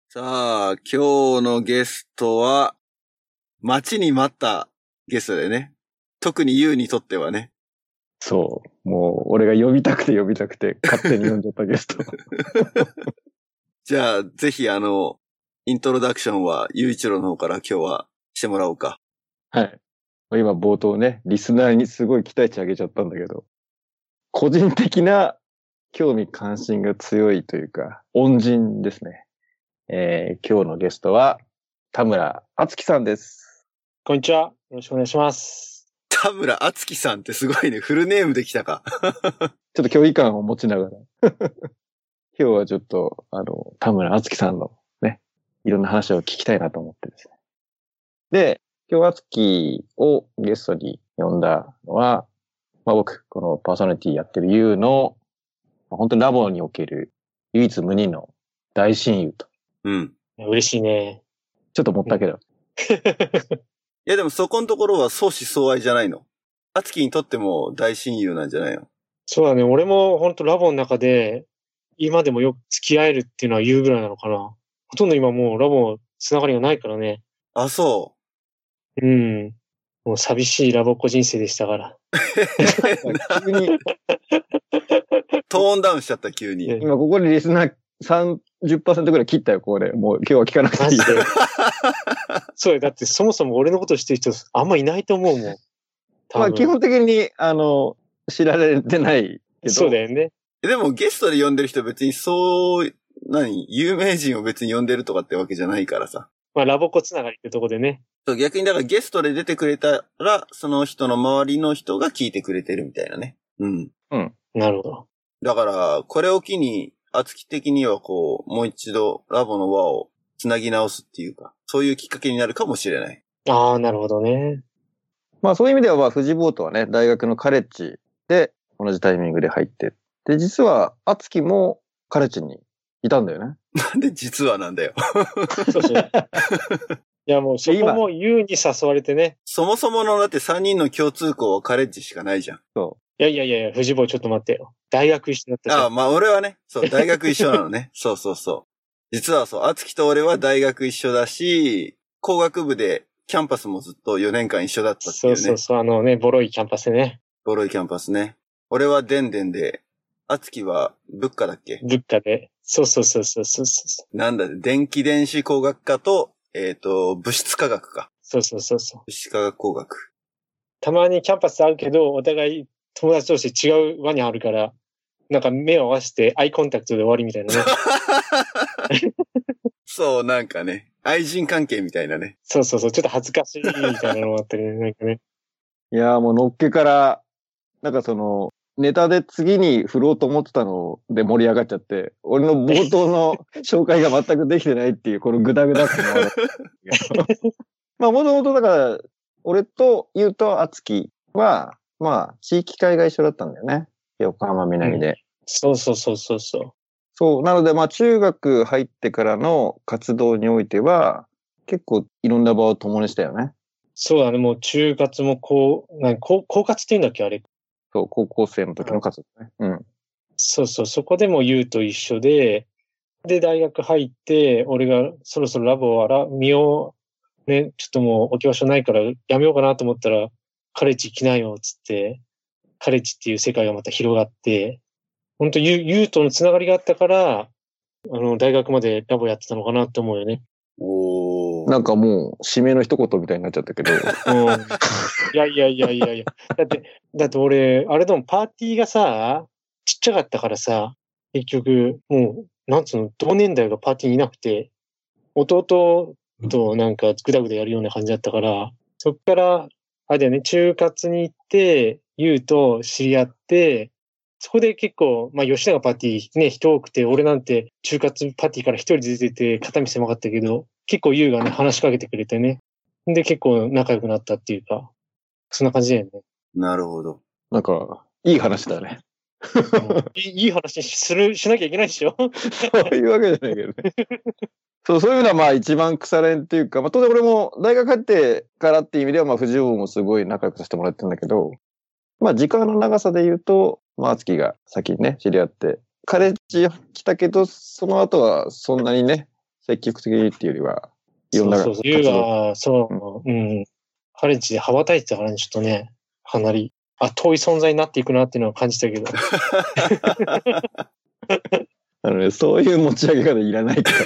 さあ、今日のゲストは、待ちに待ったゲストでね。特にユウにとってはね。 そう。もう、俺が呼びたくて、勝手に呼んじゃったゲスト。 じゃあ、ぜひイントロダクションは、ユウイチローの方から今日はしてもらおうか。 はい。今冒頭ね、リスナーにすごい期待値上げちゃったんだけど、個人的な興味関心が強いというか、恩人ですね。今日のゲストは、田村敦樹さんです。 こんにちは。よろしくお願いします。 田村敦樹さんってすごいね。フルネームできたか。 ちょっと距離感を持ちながら。今日はちょっと、田村敦樹さんのね、いろんな話を聞きたいなと思ってですね。で、今日敦樹をゲストに呼んだのは、僕、このパーソナリティやってるユウの、本当にラボにおける唯一無二の大親友と。 うん。 嬉しいね。 ちょっと思ったけど。 いやでもそこのところは相思相愛じゃないの。敦樹にとっても大親友なんじゃないの。 そうだね。俺も本当ラボの中で、今でもよく付き合えるっていうのは言うぐらいなのかな。ほとんど今もうラボつながりがないからね。 あ、そうん。もう寂しいラボっ子人生でしたから。 急に、 トーンダウンしちゃった急に。 今ここでリスナー30% ぐらい切ったよ、これ。もう今日は聞かなくていい。 そうよ。だってそもそも俺のこと知ってる人あんまいないと思うもん。 まあ基本的に、知られてないけど。 そうだよね。 でもゲストで呼んでる人別に有名人を別に呼んでるとかってわけじゃないからさ。 まあラボっ子つながりってとこでね。 そう、逆にだからゲストで出てくれたら、その人の周りの人が聞いてくれてるみたいなね。うん。 うん。 なるほど。 だから、これを機に、敦樹的にはこう、もう一度ラボの輪をつなぎ直すっていうか、そういうきっかけになるかもしれない。 ああ、なるほどね。 まあそういう意味では、フジボートはね、大学のカレッジで同じタイミングで入って。で、実は、敦樹もカレッジにいたんだよね。 なんで実はなんだよ。 そうそう。いやもうそこもユウに誘われてね。 そもそものだって3人の共通項はカレッジしかないじゃん。 そいや、藤坊ちょっと待ってよ。大学一緒だったじゃん。 ああ、まあ俺はね、そう、大学一緒なのね。そうそうそう。実はそう、敦樹と俺は大学一緒だし、工学部でキャンパスもずっと4年間一緒だったっていうね。 そう、ボロいキャンパスね。 ボロいキャンパスね。俺はデンデンで、敦樹は物価だっけ？ 物価で。そう。 なんだ、電気電子工学科と、物質科学か。 そう。 物質科学工学。 たまにキャンパス会うけど、お互い友達同士違う輪にあるから、なんか目を合わせてアイコンタクトで終わりみたいなね。 そう、なんかね、愛人関係みたいなね。 そう。ちょっと恥ずかしいみたいなのもあったりね、なんかね。 う。いやーもうのっけから、なんかネタで次に振ろうと思ってたので盛り上がっちゃって、俺の冒頭の紹介が全くできてないっていう、このグダグダ感がある。まあ、もともとだから、俺とユウと敦樹は、まあ、地域会が一緒だったんだよね。横浜南で。 そう。 そう。なので、まあ、中学入ってからの活動においては、結構いろんな場を共にしたよね。 そうだね、もう中活も高活って言うんだっけ、あれ。 そう、高校生の時の活動ね。うん。 そう、そこでもユウと一緒で、大学入って、俺がそろそろラボを見よう、ね、ちょっともう置き場所ないからやめようかなと思ったら、カレッジ来ないよ、つって、カレッジっていう世界がまた広がって、本当ユウとのつながりがあったから、大学までラボやってたのかなって思うよね。 なんかもう、締めの一言みたいになっちゃったけど。 いや。だって俺、あれでもパーティーがさ、ちっちゃかったからさ、結局、もう、なんつうの、同年代がパーティーにいなくて、弟となんかグダグダやるような感じだったから、そっから、あれだよね、中活に行って、ユウと知り合って、そこで結構、まあ吉永パーティーね、人多くて、俺なんて中活パーティーから一人出てて肩身狭かったけど、結構ユウがね、話しかけてくれてね。で、結構仲良くなったっていうか、そんな感じだよね。 なるほど。 なんか、いい話だね。 いい話しなきゃいけないでしょ。 そういうわけじゃないけどね。そういうのはまあ一番腐れんっていうか、まあ当然俺も大学入ってからっていう意味ではまあ藤尾もすごい仲良くさせてもらってるんだけど、まあ時間の長さで言うと、まあ敦樹が先にね、知り合って、カレッジ来たけど、その後はそんなにね、 積極的っていうよりは、いろんなそうそうそう。ユウが、そう、うん。彼んちで羽ばたいてたからね、ちょっとね、かなり、遠い存在になっていくなっていうのは感じたけど。 そういう持ち上げ方いらないから。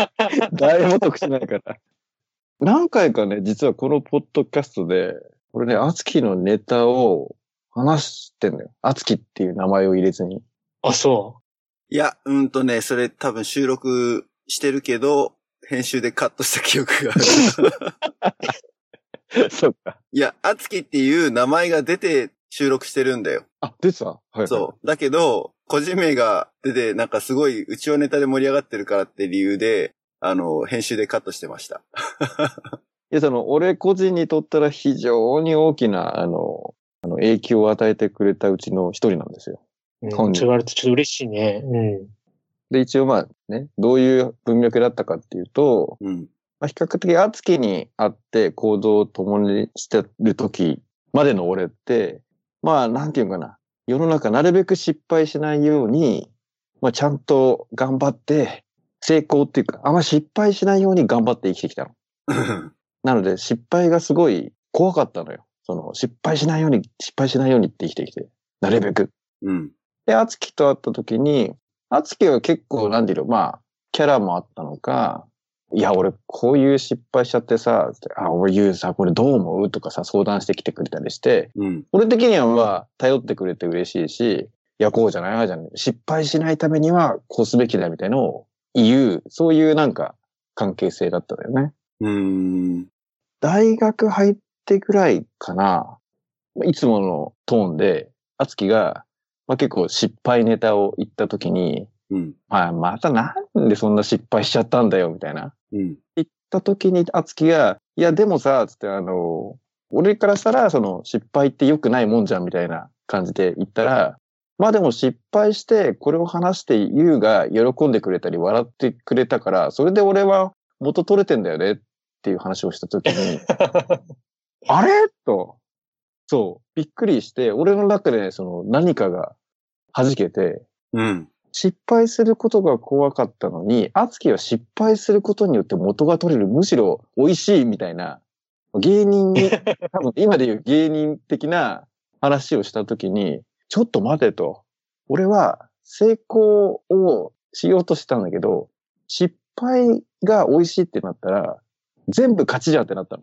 誰も得しないから。何回かね、実はこのポッドキャストで、俺ね、アツキのネタを話してんのよ。アツキっていう名前を入れずに。 あ、そいや、それ多分収録してるけど、編集でカットした記憶がある。 そっか。 いや、アツキっていう名前が出て収録してるんだよ。 あ、出てた？はい、はい。 そう。だけど、個人名が出て、なんかすごい内輪ネタで盛り上がってるからって理由で、編集でカットしてました。 いや、俺個人にとったら非常に大きな、影響を与えてくれたうちの一人なんですよ。 そう言われてちょっと嬉しいね。うん。 で、一応まあね、どういう文脈だったかっていうと、まあ、比較的熱きにあって行動を共にしてる時までの俺って、まあ、なんていうかな。世の中なるべく失敗しないように、まあ、ちゃんと頑張って、成功っていうか、あんま失敗しないように頑張って生きてきたの。なので、失敗がすごい怖かったのよ。失敗しないようにって生きてきて、なるべく。 うん。 で、アツキと会った時に、アツキは結構、なんていうの、まあ、キャラもあったのか、いや、俺、こういう失敗しちゃってさ、俺言うさ、これどう思うとかさ、相談してきてくれたりして、俺的にはまあ、頼ってくれて嬉しいし、いや、こうじゃないじゃん。失敗しないためには、こうすべきだみたいのを言う、そういうなんか、関係性だったんだよね。大学入ってぐらいかな、いつものトーンで、アツキが、まあ、結構失敗ネタを言った時に、まあ、またなんでそんな失敗しちゃったんだよ、みたいな。言った時に、アツキが、いや、でもさ、つって俺からしたら、失敗って良くないもんじゃん、みたいな感じで言ったら、まあでも失敗して、これを話して、ユウが喜んでくれたり、笑ってくれたから、それで俺は元取れてんだよね、っていう話をした時に、あれと、そう、びっくりして、俺の中で何かが弾けて、失敗することが怖かったのに、アツキは失敗することによって元が取れる、むしろ美味しいみたいな、芸人に、多分今で言う芸人的な話をしたときに、ちょっと待てと。俺は成功をしようとしたんだけど、失敗が美味しいってなったら、全部勝ちじゃんってなったの。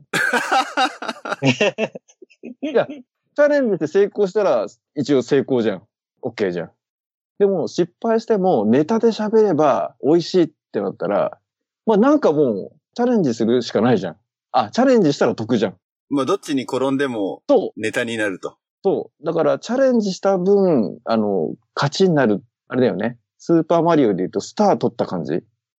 いや、チャレンジして成功したら一応成功じゃん。OK じゃん。でも失敗してもネタで喋れば美味しいってなったら、まあなんかもうチャレンジするしかないじゃん。チャレンジしたら得じゃん。 まあどっちに転んでもネタになると。 そう。だからチャレンジした分、勝ちになる、あれだよね。スーパーマリオで言うとスター取った感じ。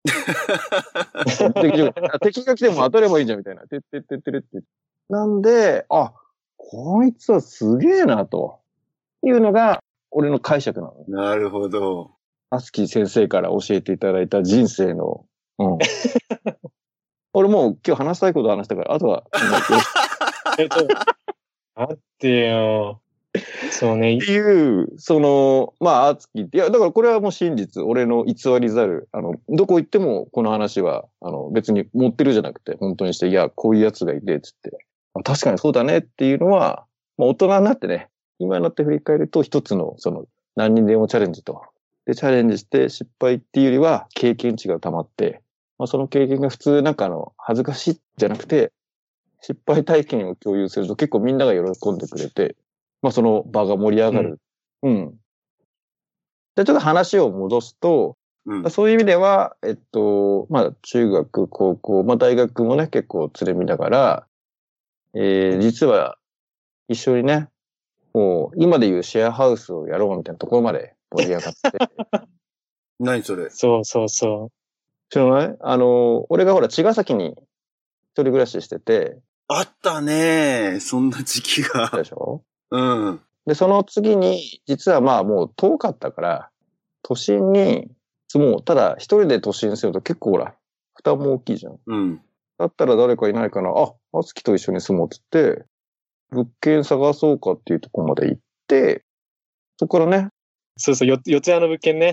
敵が来ても当たればいいじゃんみたいな。てってってってるって。なんで、こいつはすげえな、というのが、俺の解釈なの。 なるほど。 アスキー先生から教えていただいた人生の、俺もう今日話したいこと話したから、あとは、 待ってよ。そうね。 っていう、まあ、アツキって、いや、だからこれはもう真実、俺の偽りざる、どこ行ってもこの話は、別に持ってるじゃなくて、本当にして、いや、こういうやつがいて、つって、確かにそうだねっていうのは、まあ、大人になってね、今になって振り返ると一つの、何にでもチャレンジと。で、チャレンジして失敗っていうよりは、経験値が溜まって、まあ、その経験が普通、なんか恥ずかしいじゃなくて、失敗体験を共有すると結構みんなが喜んでくれて、まあその場が盛り上がる。じゃあちょっと話を戻すと、そういう意味では、まあ中学、高校、まあ大学もね、結構連れ見ながら、実は一緒にね、もう今でいうシェアハウスをやろうみたいなところまで盛り上がって。 何それ？ そうそうそう。 知らない？俺がほら茅ヶ崎に一人暮らししてて。 あったね。そんな時期が。 でしょ？ で、 その次に、実はまあもう遠かったから、都心に住もう。ただ一人で都心に住むと結構ほら、負担も大きいじゃん。だったら誰かいないかな。あつきと一緒に住もうって言って、物件探そうかっていうところまで行って、そこからね。 そうそう、四谷の物件ね。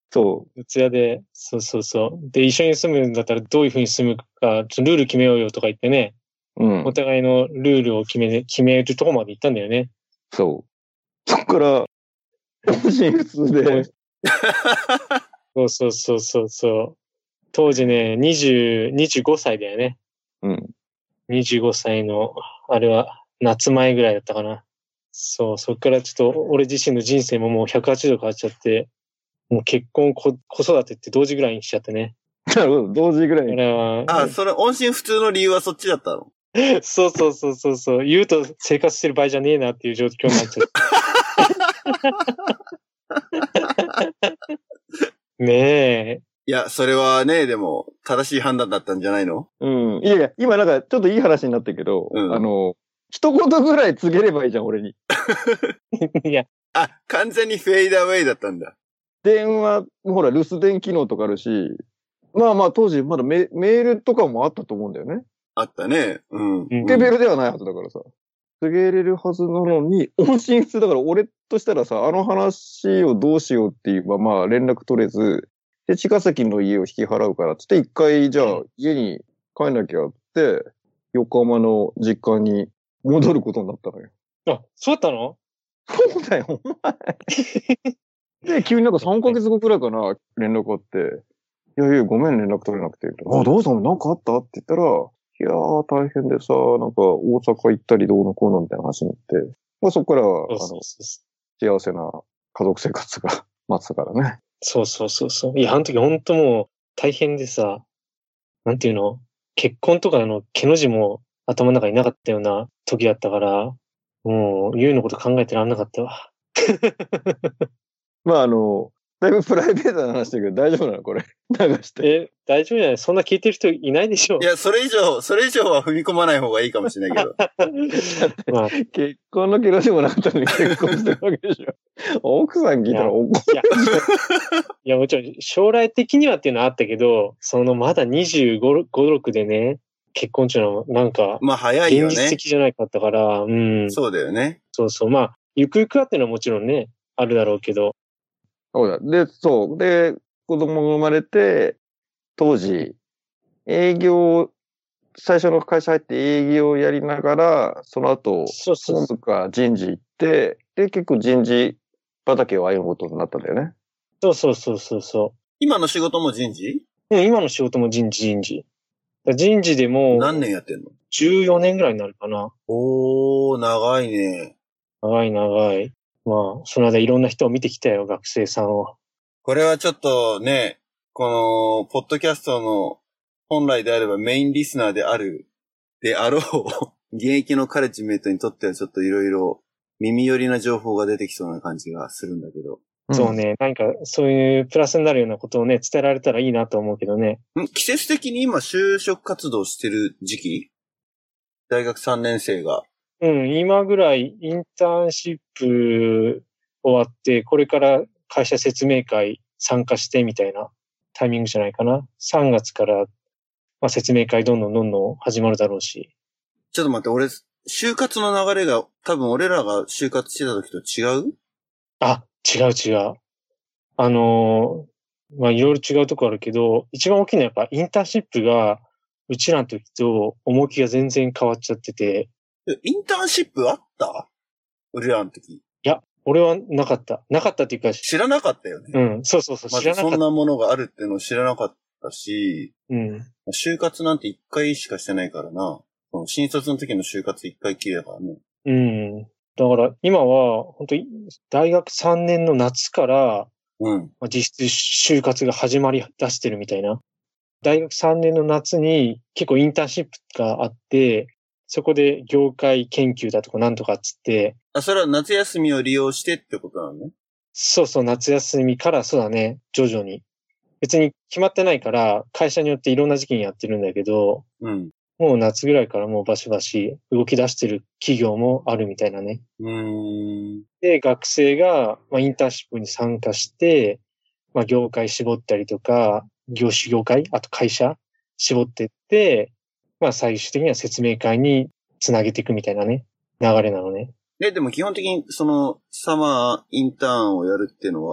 そ四谷で、そうそうそう。で、一緒に住むんだったらどういうふうに住むか、ちょっとルール決めようよとか言ってね、 う。うんお。互いのルールを決めるとこまで行ったんだよね。 そう。そこから、音信不通で、 そうそうそうそうそう。当時ね、25歳だよね。 うん。 25歳の、あれは夏前ぐらいだったかな。そう、そっからちょっと俺自身の人生ももう180度変わっちゃって、もう結婚、子育てって同時ぐらいにしちゃってね。 なるほど、同時ぐらいに。 あれは、 それ、音信不通の理由はそっちだったの？ そうそうそうそうそう、言うと生活してる場合じゃねえなっていう状況になっちゃって。ねえ。 いや、それはね、でも、正しい判断だったんじゃないの？ うん。いやいや、今なんかちょっといい話になったけど、 うん、 一言ぐらい告げればいいじゃん、俺に。 いや、 完全にフェイダーウェイだったんだ。 電話、ほら、留守電機能とかあるし、まあまあ当時まだメールとかもあったと思うんだよね。 あったね。うん。 うんレベルではないはずだからさ。告げれるはずなのに、音信不通だから俺としたらさ、あの話をどうしようって言えば、まあ連絡取れず、で、茅ヶ崎の家を引き払うからって一回、じゃあ家に帰んなきゃって、横浜の実家に戻ることになったのよ。 あ、そうだったの？ そうだよ、お前。で、急になんか3ヶ月後くらいかな、連絡あって、いやいや、ごめん連絡取れなくて。あ、どうしたのなんかあったって言ったら、いやー大変でさ、なんか大阪行ったりどうのこうのみたいな話になって、まあそこからは、 そうそうそう幸せな家族生活が待つからね。 そうそうそうそう。いや、あの時ほんともう大変でさ、なんていうの？結婚とかの毛の字も頭の中になかったような時だったから、もう、ゆうのこと考えてらんなかったわ。 まあだいぶプライベートな話だけど大丈夫なのこれ。流して。 大丈夫じゃない？そんな聞いてる人いないでしょ。 いや、それ以上は踏み込まない方がいいかもしれないけど。 まあ、 結婚の気の字もなかったのに結婚してるわけでしょ。奥さん聞いたら怒る。 いや、もちろん将来的にはっていうのはあったけど、まだ25、6でね、結婚っていうのはなんか、 まあ早いよね。 現実的じゃないかったから、うん。 そうだよね。 そうそう。まあ、ゆくゆくはっていうのはもちろんね、あるだろうけど。 そうだ。で、そう。で、子供が生まれて、当時、最初の会社入って営業をやりながら、その後、 そうそう本部か人事行って、で、結構人事畑を歩むことになったんだよね。 そうそうそうそうそ今の仕事も人事？ う。今の仕事も人事。人事でも、 何年やってんの 14年ぐらいになるかな。 おー、長いね。 長い。まあ、その間いろんな人を見てきたよ、学生さんを。 これはちょっとね、この、ポッドキャストの本来であればメインリスナーであろう、現役のカレッジメイトにとってはちょっといろいろ耳寄りな情報が出てきそうな感じがするんだけど。 そうね、何かそういうプラスになるようなことをね、伝えられたらいいなと思うけどね。 季節的に今就職活動してる時期？大学3年生が。 今ぐらいインターンシップ終わって、これから会社説明会参加してみたいなタイミングじゃないかな。3月から、まあ、説明会どんどん始まるだろうし。 ちょっと待って、俺、就活の流れが多分俺らが就活してた時と違う？ あ、違う。まあ、いろいろ違うとこあるけど、一番大きいのはやっぱインターンシップが、うちらの時と重きが全然変わっちゃってて。 インターンシップあった？俺らの時。 いや、俺はなかった。なかったっていうか、 知らなかったよね。 うん、そう、 まず知らなかった。 そんなものがあるっていうのを知らなかったし、 うん。 就活なんて1回しかしてないからな。新卒の時の就活1回きりだからね。 うん。だから今は、本当に大学3年の夏から、実質就活が始まり出してるみたいな。大学3年の夏に結構インターンシップがあって、そこで業界研究だとかなんとかっつって。 それは夏休みを利用してってことなのね。 そう、夏休みから、そうだね、徐々に。別に決まってないから、会社によっていろんな時期にやってるんだけど、もう夏ぐらいからもうバシバシ動き出してる企業もあるみたいなね。で、学生が、まあ、インターンシップに参加して、まあ、業界絞ったりとか、業界、あと会社絞ってって、まあ、最終的には説明会につなげていくみたいなね、流れなのね。 でも基本的にそのサマーインターンをやるっていうのは、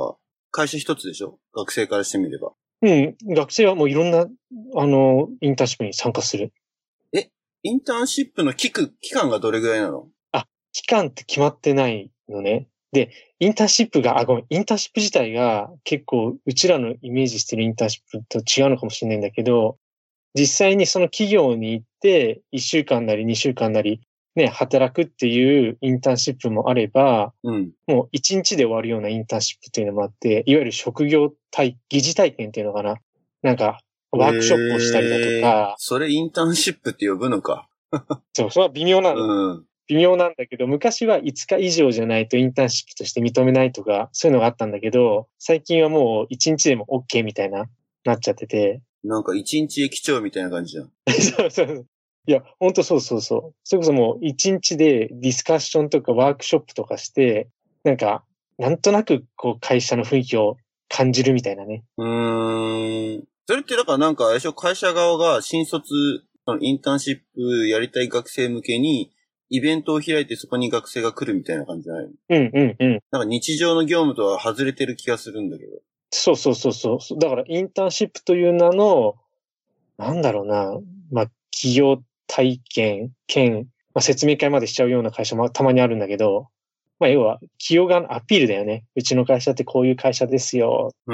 会社一つでしょ？学生からしてみれば。 うん。学生はもういろんな、インターンシップに参加する。 インターンシップの期間がどれぐらいなの？ 期間って決まってないのね。で、インターンシップ自体が結構、うちらのイメージしてるインターンシップと違うのかもしれないんだけど、実際にその企業に行って、1週間なり2週間なり、ね、働くっていうインターンシップもあれば、 うん。 もう1日で終わるようなインターンシップっていうのもあって、いわゆる疑似体験っていうのかな。なんか、ワークショップをしたりだとか、 それインターンシップって呼ぶのか。 そう、それは微妙なの。 うん。 微妙なんだけど、昔は5日以上じゃないとインターンシップとして認めないとか、そういうのがあったんだけど、最近はもう1日でも OK みたいな、なっちゃってて。 なんか一日駅長みたいな感じじゃん。 そうそう。いや、ほんとそうそうそう。それこそもう1日でディスカッションとかワークショップとかして、なんか、なんとなくこう会社の雰囲気を感じるみたいなね。 それってだからなんか、会社側が新卒、そのインターンシップやりたい学生向けに、イベントを開いてそこに学生が来るみたいな感じじゃないの？ うんうんうん。 なんか日常の業務とは外れてる気がするんだけど。 そうそうそうそう。だからインターンシップという名の、なんだろうな、まあ、企業体験兼、まあ、説明会までしちゃうような会社もたまにあるんだけど、まあ、要は、企業側のアピールだよね。うちの会社ってこういう会社ですよ。うん。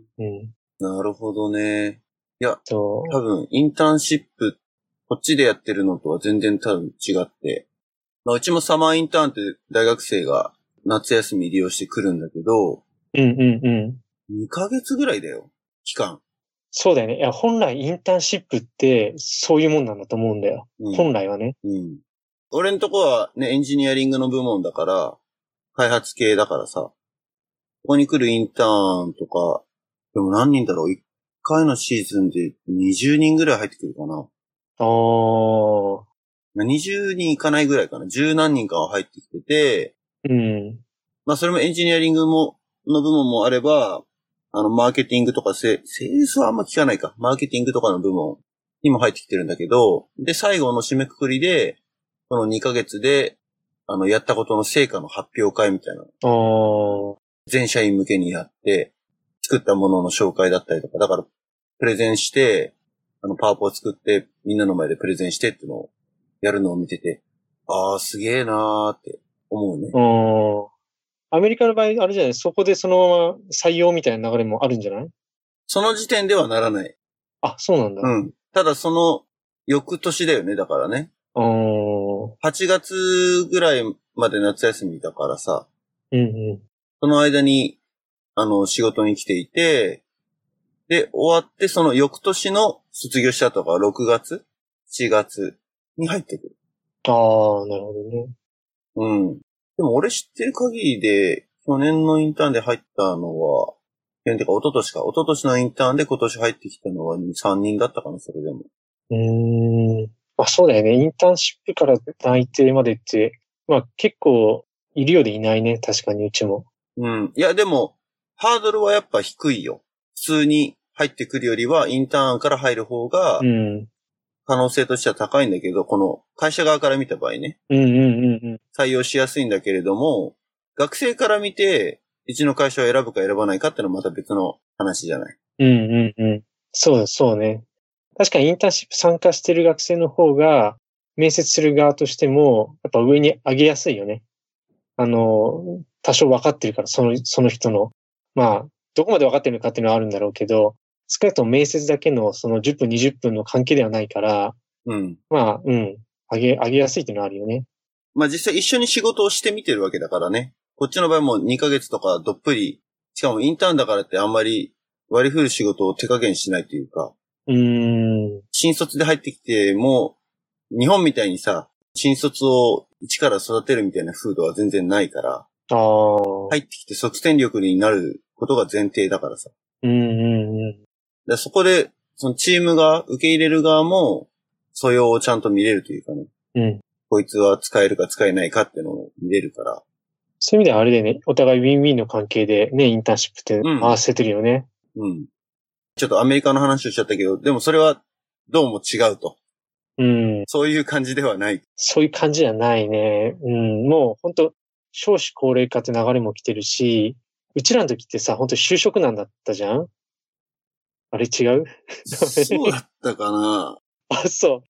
なるほどね。いや、 そう。 多分、インターンシップ、こっちでやってるのとは全然多分違って、まあ、うちもサマーインターンって大学生が夏休み利用してくるんだけど、2ヶ月ぐらいだよ、期間。 そうだよね。いや、本来インターンシップってそういうもんなんだと思うんだよ。本来はね。 俺んとこはね、エンジニアリングの部門だから、開発系だからさ、ここに来るインターンとか、でも何人だろう？ 1 回のシーズンで20人ぐらい入ってくるかな。20人いかないぐらいかな。10何人かは入ってきてて、まあそれもエンジニアリングの部門もあれば、マーケティングとかセールスはあんま聞かないか。マーケティングとかの部門にも入ってきてるんだけど、で、最後の締めくくりで、この2ヶ月で、やったことの成果の発表会みたいな。全社員向けにやって、作ったものの紹介だったりとか、だから、プレゼンして、パワポを作って、みんなの前でプレゼンしてっていうのをやるのを見てて、ああ、すげえなーって思うね。 アメリカの場合、あれじゃない、そこでそのまま採用みたいな流れもあるんじゃない？ その時点ではならない。 あ、そうなんだ。 ただその翌年だよね、だからね。8月ぐらいまで夏休みだからさ。その間に、仕事に来ていて、で、終わってその翌年の卒業したとか6月 ?7 月に入ってくる。 なるほどね。 でも俺知ってる限りで、去年のインターンで入ったのは、てか一昨年のインターンで今年入ってきたのは3人だったかな、それでも。 まあそうだよね。インターンシップから内定までって、まあ結構いるようでいないね。確かにうちも。 いやでも、ハードルはやっぱ低いよ。普通に入ってくるよりはインターンから入る方が、可能性としては高いんだけど、この会社側から見た場合ね。採用しやすいんだけれども、学生から見て、うちの会社を選ぶか選ばないかっていうのはまた別の話じゃない。 そうね。確かにインターンシップ参加してる学生の方が、面接する側としても、やっぱ上に上げやすいよね。多少分かってるから、その人の、まあ、どこまで分かってるのかっていうのはあるんだろうけど、少なくとも面接だけのその10分、20分の関係ではないから、上げやすいっていうのはあるよね。 まあ実際一緒に仕事をしてみてるわけだからね。こっちの場合も2ヶ月とかどっぷり、しかもインターンだからってあんまり割り振る仕事を手加減しないというか、新卒で入ってきても、日本みたいにさ、新卒を一から育てるみたいな風土は全然ないから、入ってきて即戦力になることが前提だからさ。でそこで、そのチームが受け入れる側も、素養をちゃんと見れるというかね。こいつは使えるか使えないかっていうのを見れるから。 そういう意味ではあれでね、お互いウィンウィンの関係でね、インターンシップって回せてるよね。 ちょっとアメリカの話をしちゃったけど、でもそれはどうも違うと。そういう感じではない。 そういう感じじゃないね。もう本当少子高齢化って流れも来てるし、 うちらの時ってさ、本当に就職難だったじゃん？あれ違う？ そうだったかな。 あ、そう。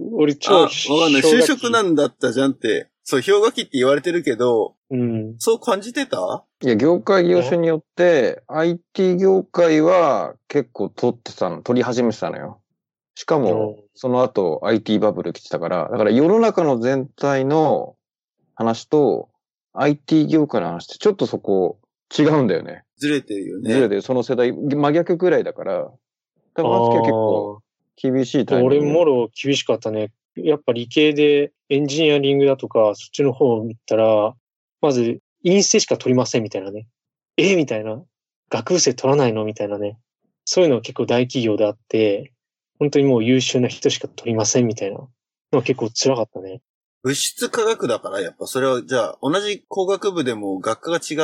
俺超わかんない。就氷河期職なんだったじゃんって。そう、氷河期って言われてるけど、 うん。 そう感じてた？ いや、業界業種によって、IT 業界は結構取り始めてたのよ。しかも、その後 IT バブル来てたから、だから世の中の全体の話と IT 業界の話ってちょっとそこ違うんだよね。 ずれてるよね。 ずれてる、その世代、真逆ぐらいだから、多分、あつきは結構厳しいタイミング。 俺もろ厳しかったね。やっぱ理系でエンジニアリングだとか、そっちの方を見たら、まず、院生しか取りませんみたいなね。みたいな。学部生取らないのみたいなね。そういうのは結構大企業であって、本当にもう優秀な人しか取りませんみたいなのは結構辛かったね。 物質科学だから、やっぱそれは、じゃあ、同じ工学部でも学科が違って、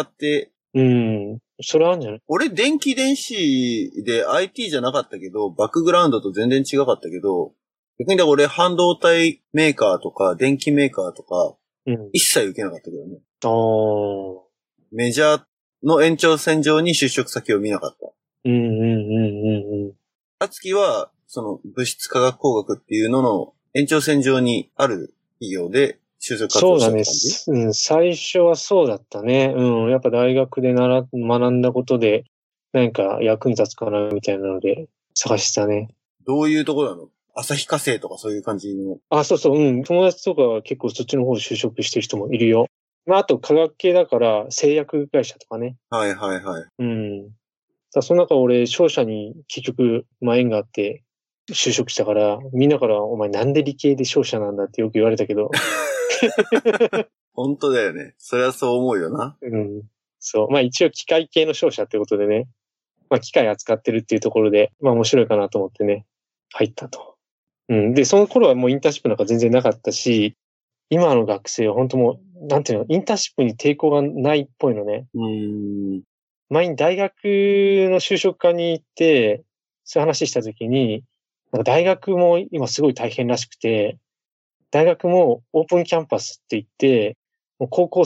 それあるんじゃない？ 俺、電気電子で IT じゃなかったけど、バックグラウンドと全然違かったけど、逆に俺、半導体メーカーとか、電気メーカーとか、一切受けなかったけどね。メジャーの延長線上に就職先を見なかった。あつきは、その物質化学工学っていうのの延長線上にある企業で就職活動した感じ？ そうだね。最初はそうだったね。やっぱ大学で学んだことで何か役に立つかなみたいなので探してたね。 どういうところなの？旭化成とかそういう感じの。 あ、そうそう、友達とかは結構そっちの方で就職してる人もいるよ。あと科学系だから製薬会社とかね。 はい。 その中俺商社に結局縁があって就職したから、みんなからお前なんで理系で商社なんだってよく言われたけど。 本当だよね。それはそう思うよな。 そう。一応機械系の商社ってことでね。機械扱ってるっていうところで、面白いかなと思ってね、入ったと。で、その頃はもうインターンシップなんか全然なかったし、今の学生は本当もう、なんていうの、インターンシップに抵抗がないっぽいのね。前に大学の就職課に行って、そういう話したときに、なんか大学も今すごい大変らしくて、大学もオープンキャンパスって言って、もう高校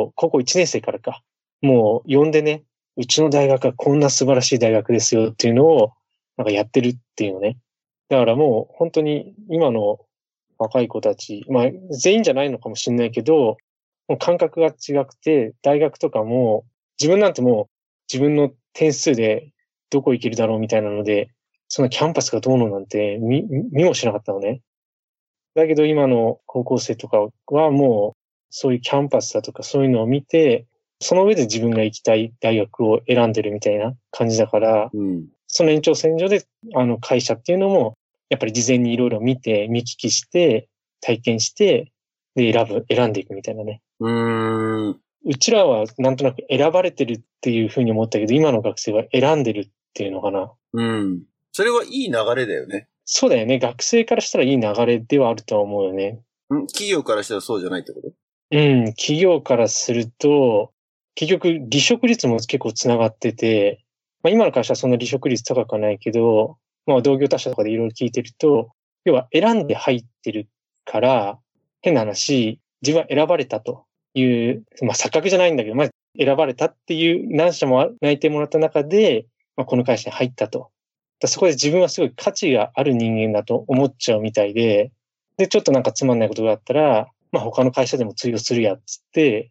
1年生からか、もう呼んでね、うちの大学はこんな素晴らしい大学ですよっていうのを、なんかやってるっていうのね。だからもう本当に今の若い子たち、全員じゃないのかもしれないけど、もう感覚が違くて、大学とかも、自分なんてもう自分の点数でどこ行けるだろうみたいなので、そのキャンパスがどうのなんて見もしなかったのね。だけど今の高校生とかはもうそういうキャンパスだとかそういうのを見て、その上で自分が行きたい大学を選んでるみたいな感じだから、その延長線上で会社っていうのもやっぱり事前にいろいろ見て、見聞きして、体験して、で選んでいくみたいなね。うちらはなんとなく選ばれてるっていうふうに思ったけど、今の学生は選んでるっていうのかな。 それはいい流れだよね。 そうだよね。学生からしたらいい流れではあるとは思うよね。 企業からしたらそうじゃないってこと？ 企業からすると、結局離職率も結構つながってて、今の会社はそんな離職率高くはないけど、同業他社とかでいろいろ聞いてると、要は選んで入ってるから、変な話、自分は選ばれたという、錯覚じゃないんだけど、選ばれたっていう何社も内定もらった中で、この会社に入ったと。そこで自分はすごい価値がある人間だと思っちゃうみたいで、ちょっとなんかつまんないことがあったら、他の会社でも通用するやっつって、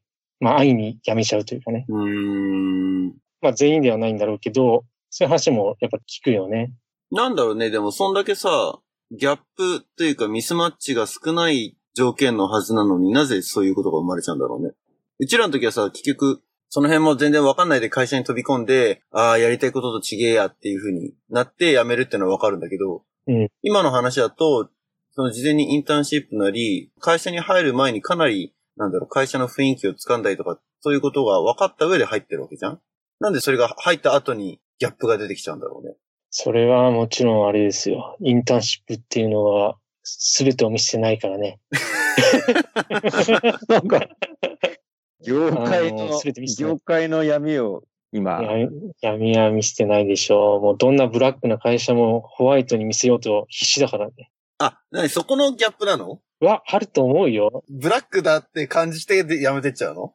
安易に辞めちゃうというかね。全員ではないんだろうけど、そういう話もやっぱ聞くよね。 なんだろうね、でもそんだけさ、ギャップというかミスマッチが少ない条件のはずなのになぜそういうことが生まれちゃうんだろうね。うちらの時はさ、結局、その辺も全然わかんないで会社に飛び込んで、やりたいことと違えやっていう風になって辞めるってのはわかるんだけど、今の話だと、その事前にインターンシップなり、会社に入る前にかなり、会社の雰囲気を掴んだりとか、そういうことが分かった上で入ってるわけじゃん？なんでそれが入った後にギャップが出てきちゃうんだろうね。 それはもちろんあれですよ。インターンシップっていうのは全てを見せてないからね。 なんか、業界の闇を今。 闇は見せてないでしょう。もうどんなブラックな会社もホワイトに見せようと必死だからね。 そこのギャップなの？ あると思うよ。 ブラックだって感じて辞めてっちゃうの？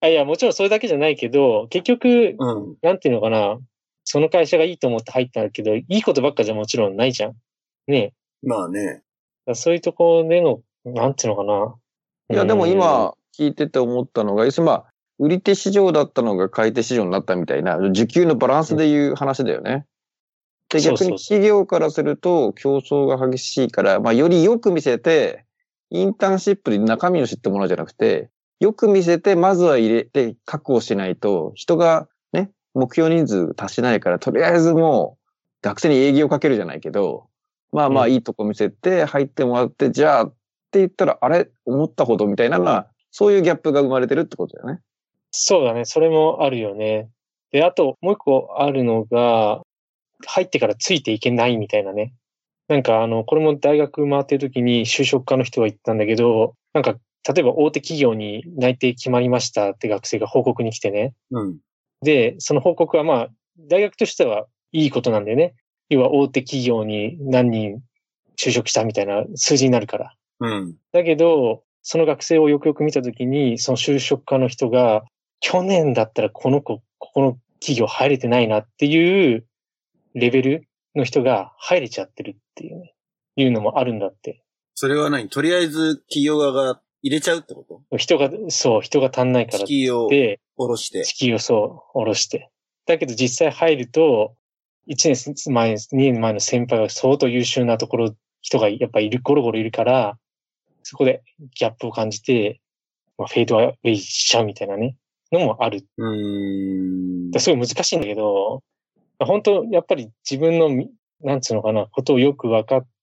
いや、もちろんそれだけじゃないけど、結局、 うん。 なんていうのかな。その会社がいいと思って入ったんだけど、いいことばっかじゃもちろんないじゃん。ねえ。 まあね。 だからそういうところでの、なんていうのかな。 いや、でも今聞いてて思ったのが、要するにまあ、売り手市場だったのが買い手市場になったみたいな、需給のバランスでいう話だよね。で、逆に企業からすると競争が激しいから、まあ、よりよく見せて、インターンシップで中身を知ってもらうじゃなくて、よく見せて、まずは入れて確保しないと、人がね、目標人数達しないから、とりあえずもう、学生に営業かけるじゃないけど、まあまあいいとこ見せて、入ってもらって、じゃあって言ったら、あれ思ったほどみたいなのが、そういうギャップが生まれてるってことだよね。 そうだね。それもあるよね。で、あと、もう一個あるのが、入ってからついていけないみたいなね。なんかこれも大学回ってる時に就職課の人が言ったんだけど、なんか、例えば大手企業に内定決まりましたって学生が報告に来てね。 うん。 で、その報告はまあ、大学としてはいいことなんだよね。要は大手企業に何人就職したみたいな数字になるから。 うん。 だけど、その学生をよくよく見たときに、その就職課の人が、去年だったらこの子、ここの企業入れてないなっていうレベルの人が入れちゃってるっていうね、いうのもあるんだって。 それは何？とりあえず企業側が入れちゃうってこと？ 人が足んないからって。 敷居を下ろして。 敷居を下ろして。だけど実際入ると、1年前、2年前の先輩が相当優秀なところ、人がやっぱゴロゴロいるから、そこでギャップを感じて、まあ、フェードアウェイしちゃうみたいなね、のもある。すごい難しいんだけど、本当やっぱり自分の、なんつうのかな、ことをよく分かって、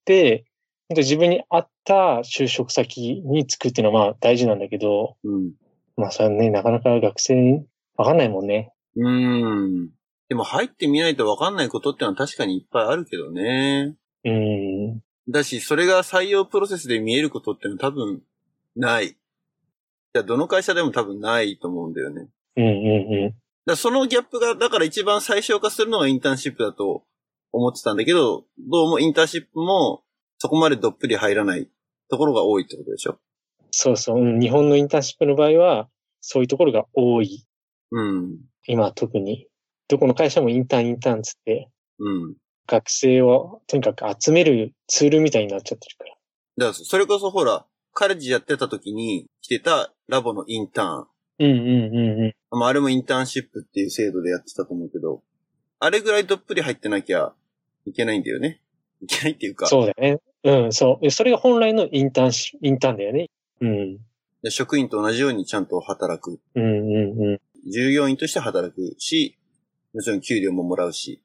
本当自分に合った就職先に就くっていうのはまあ大事なんだけど、まあそれはね、なかなか学生に分かんないもんね。 でも入ってみないと分かんないことってのは確かにいっぱいあるけどね。だし、それが採用プロセスで見えることってのは多分ない。いや、どの会社でも多分ないと思うんだよね。だそのギャップが、だから一番最小化するのがインターンシップだと思ってたんだけど、どうもインターンシップもそこまでどっぷり入らないところが多いってことでしょ？ そうそう。日本のインターンシップの場合は、そういうところが多い。今は特に。どこの会社もインターンつって、学生をとにかく集めるツールみたいになっちゃってるから。 だからそれこそほら、カレッジやってた時に来てたラボのインターン。まあ、あれもインターンシップっていう制度でやってたと思うけど、あれぐらいどっぷり入ってなきゃいけないんだよね。いけないっていうか。 そうだよね。そう。それが本来のインターンだよね。 で職員と同じようにちゃんと働く。従業員として働くし、もちろん給料ももらうし。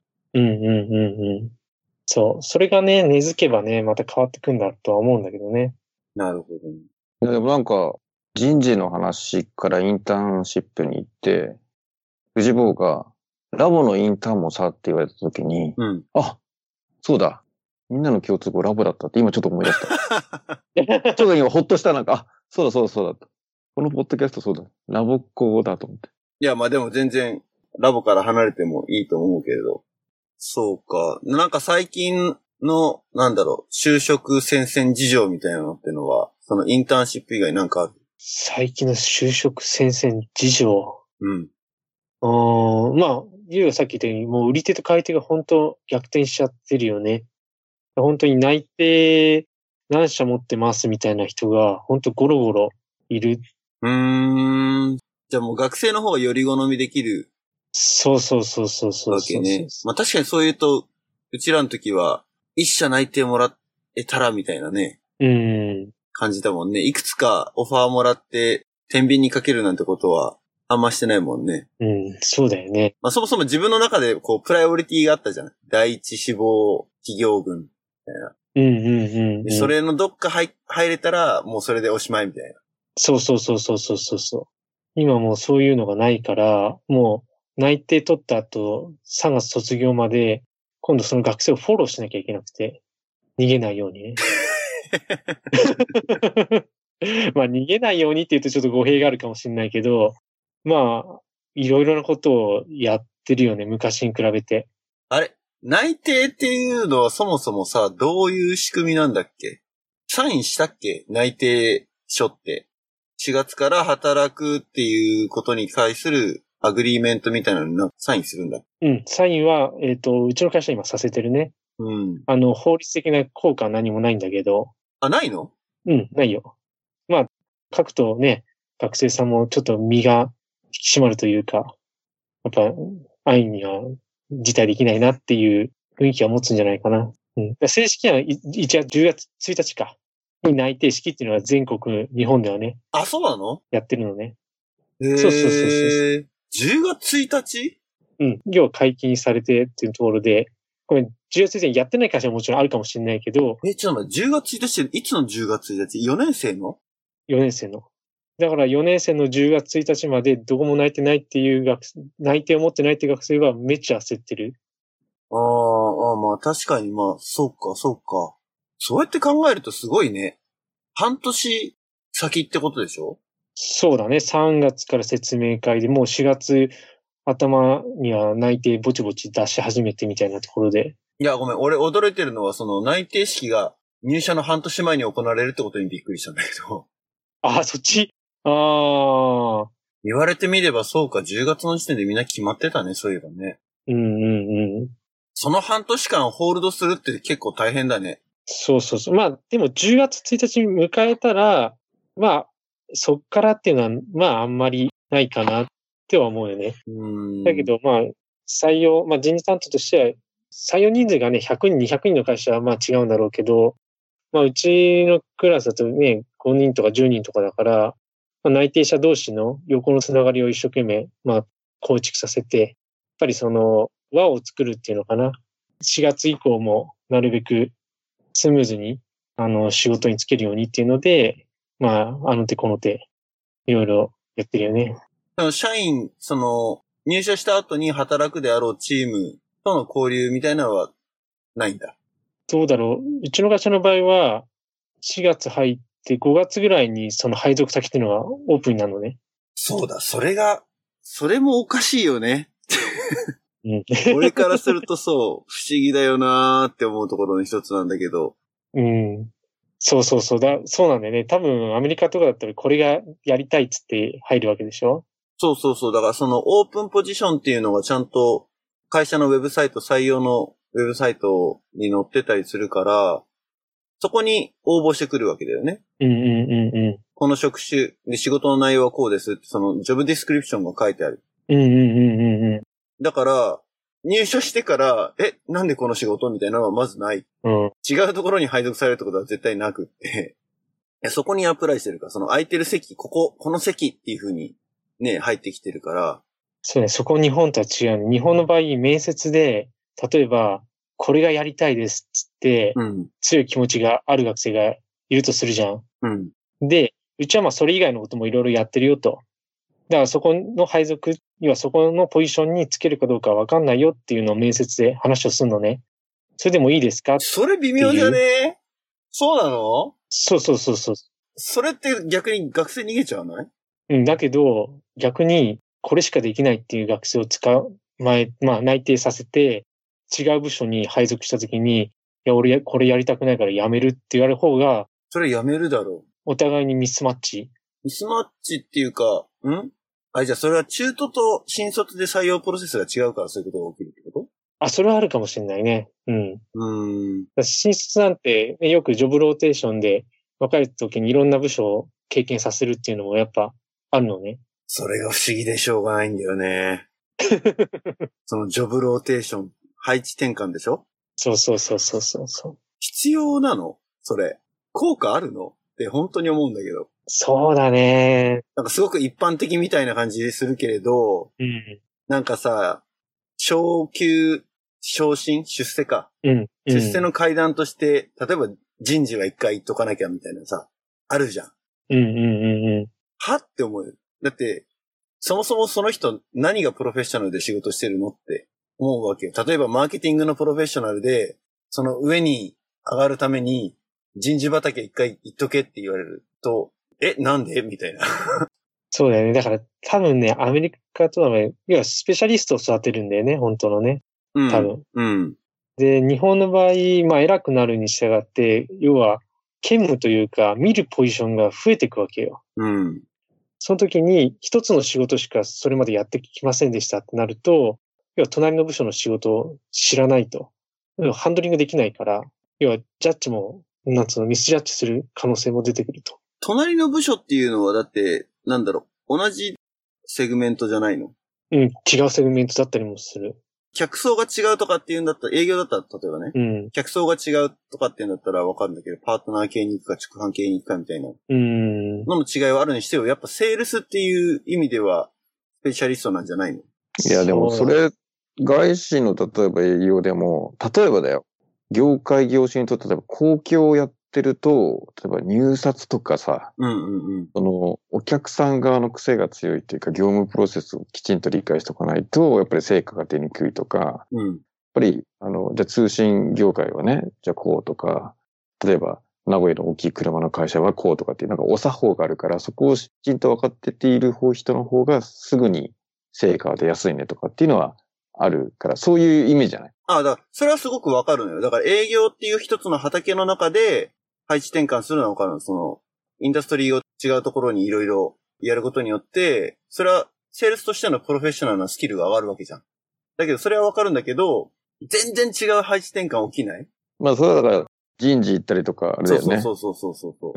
そう。それがね、根付けばね、また変わってくんだとは思うんだけどね。 なるほどね。 いやでもなんか、人事の話からインターンシップに行って、藤坊が、ラボのインターンもさって言われたときに、あ、そうだ。みんなの共通語ラボだったって今ちょっと思い出した。ちょっと今ほっとしたなんか、あ、そうだ。このポッドキャストそうだ。ラボっ子だと思って。 いや、まあでも全然ラボから離れてもいいと思うけれど。そうか。なんか最近の、就職戦線事情みたいなのってのは、そのインターンシップ以外なんかある？ 最近の就職戦線事情。まあ、ゆうがさっき言ったように、もう売り手と買い手が本当逆転しちゃってるよね。本当に内定何社持ってますみたいな人が本当ゴロゴロいる。 じゃあもう学生の方がより好みできる。 そう。 わけね。まあ確かにそう言うと、うちらの時は、一社内定もらえたらみたいなね。感じたもんね。いくつかオファーもらって、天秤にかけるなんてことは、あんましてないもんね。 そうだよね。 まあそもそも自分の中で、こう、プライオリティがあったじゃん。第一志望企業群、みたいな。それのどっか入れたら、もうそれでおしまいみたいな。 そう。今もうそういうのがないから、もう内定取った後、3月卒業まで、今度その学生をフォローしなきゃいけなくて、逃げないようにね。まあ逃げないようにって言うとちょっと語弊があるかもしれないけど、まあ、いろいろなことをやってるよね、昔に比べて。 あれ内定っていうのはそもそもさ、どういう仕組みなんだっけ？サインしたっけ？内定書って。 4月から働くっていうことに対するアグリーメントみたいなのにサインするんだ。 うん、サインは、うちの会社今させてるね。 うん。 法律的な効果は何もないんだけど。 あ、ないの？ うん、ないよ。まあ、書くとね、学生さんもちょっと身が引き締まるというか、やっぱ、安易には辞退できないなっていう雰囲気は持つんじゃないかな。うん。正式には10月1日か。に内定式っていうのは全国、日本ではね。 あ、そうなの？ やってるのね。 そうそうそうそう。10月1日？ うん。要は解禁されてっていうところで、これ10月1日やってない会社ももちろんあるかもしれないけど。 ちょっと待って、10月1日っていつの10月1日 ?4 年生の？ 4 年生の。だから4年生の10月1日までどこも内定ないっていう内定を持ってないっていう学生はめっちゃ焦ってる。 まあ確かにそうか。そうやって考えるとすごいね。半年先ってことでしょ？ そうだね。3月から説明会でもう4月頭には内定ぼちぼち出し始めてみたいなところで。 いや、ごめん。俺驚いてるのはその内定式が入社の半年前に行われるってことにびっくりしたんだけど。 あ、そっち？ああ。 言われてみればそうか。10月の時点でみんな決まってたね。そういえばね。その半年間ホールドするって結構大変だね。 そう。まあ、でも10月1日迎えたら、まあ、そっからっていうのは、まあ、あんまりないかなっては思うよね。だけど、まあ、採用、まあ、人事担当としては、採用人数がね、100人、200人の会社はまあ違うんだろうけど、まあ、うちのクラスだとね、5人とか10人とかだから、まあ、内定者同士の横のつながりを一生懸命、まあ、構築させて、やっぱりその輪を作るっていうのかな。4月以降もなるべくスムーズに、仕事に就けるようにっていうので、まあ、あの手この手、いろいろやってるよね。 社員、入社した後に働くであろうチームとの交流みたいなのはないんだ。 どうだろう。うちの会社の場合は、4月入って5月ぐらいにその配属先っていうのがオープンになるのね。 そうだ、それもおかしいよね。 うん、 俺からするとそう、不思議だよなーって思うところの一つなんだけど。 うん。そう。そうなんだよね。多分アメリカとかだったらこれがやりたいっつって入るわけでしょ？ そう。だからそのオープンポジションっていうのがちゃんと会社のウェブサイト、採用のウェブサイトに載ってたりするから、そこに応募してくるわけだよね。この職種で仕事の内容はこうですって、そのジョブディスクリプションが書いてある。だから、入社してから、なんでこの仕事みたいなのはまずない。違うところに配属されるってことは絶対なくって、そこにアプライしてるから、その空いてる席、この席っていう風にね、入ってきてるから。 そうね、そこ日本とは違う。日本の場合、面接で、例えば、これがやりたいですっつって、強い気持ちがある学生がいるとするじゃん。で、うちはまあそれ以外のこともいろいろやってるよと。だからそこの配属にはそこのポジションにつけるかどうかわかんないよっていうのを面接で話をするのね。それでもいいですか？ それ微妙じゃね？そうなの？ そう。 それって逆に学生逃げちゃわない？ だけど、逆にこれしかできないっていう学生を内定させて、違う部署に配属したときに、いや、俺これやりたくないから辞めるって言われる方が、 それ辞めるだろう。 お互いにミスマッチっていうか、じゃあそれは中途と新卒で採用プロセスが違うからそういうことが起きるってこと？ それはあるかもしれないね。新卒なんて、よくジョブローテーションで若い時にいろんな部署を経験させるっていうのもやっぱあるのね。 それが不思議でしょうがないんだよね。そのジョブローテーション、配置転換でしょ？そう。必要なの？それ。効果あるの？って本当に思うんだけど。 そうだね。 なんかすごく一般的みたいな感じするけれど、なんかさ、昇給、昇進、出世か。出世の階段として、例えば人事は一回行っとかなきゃみたいなさ、あるじゃん。はって思うよ。だって、そもそもその人何がプロフェッショナルで仕事してるのって思うわけよ。例えばマーケティングのプロフェッショナルで、その上に上がるために人事畑一回行っとけって言われると、なんでみたいな。 そうだよね。だから多分ね、アメリカとは、要はスペシャリストを育てるんだよね、本当のね。多分。で、日本の場合、偉くなるに従って、要は、兼務というか、見るポジションが増えていくわけよ。 その時に一つの仕事しかそれまでやってきませんでしたってなると、要は隣の部署の仕事を知らないと。要はハンドリングできないから、要はジャッジも、ミスジャッジする可能性も出てくると。 隣の部署っていうのはだって、同じセグメントじゃないの？ うん、違うセグメントだったりもする。 客層が違うとかっていうんだったら、営業だったら例えばね。 うん。 客層が違うとかっていうんだったらわかるんだけど、パートナー系に行くか直販系に行くかみたいなのの違いはあるにしても、やっぱセールスっていう意味では、スペシャリストなんじゃないの？ いや、でもそれ、外資の例えば営業でも、例えばだよ、業界業種にとって例えば公共をやってると、例えば入札とかさ、お客さん側の癖が強いっていうか、業務プロセスをきちんと理解しておかないと、やっぱり成果が出にくいとか、やっぱり、じゃあ通信業界はね、じゃあこうとか、例えば名古屋の大きい車の会社はこうとかっていう、なんかお作法があるから、そこをきちんと分かってている人の方がすぐに成果が出やすいねとかっていうのはあるから、そういうイメージじゃない？ だから、それはすごくわかるのよ。だから営業っていう一つの畑の中で配置転換するのはわかるの。インダストリーを違うところにいろいろやることによって、それはセールスとしてのプロフェッショナルなスキルが上がるわけじゃん。だけど、それはわかるんだけど、全然違う配置転換起きない？ まあ、それはだから人事行ったりとか、あれだよね。 そう。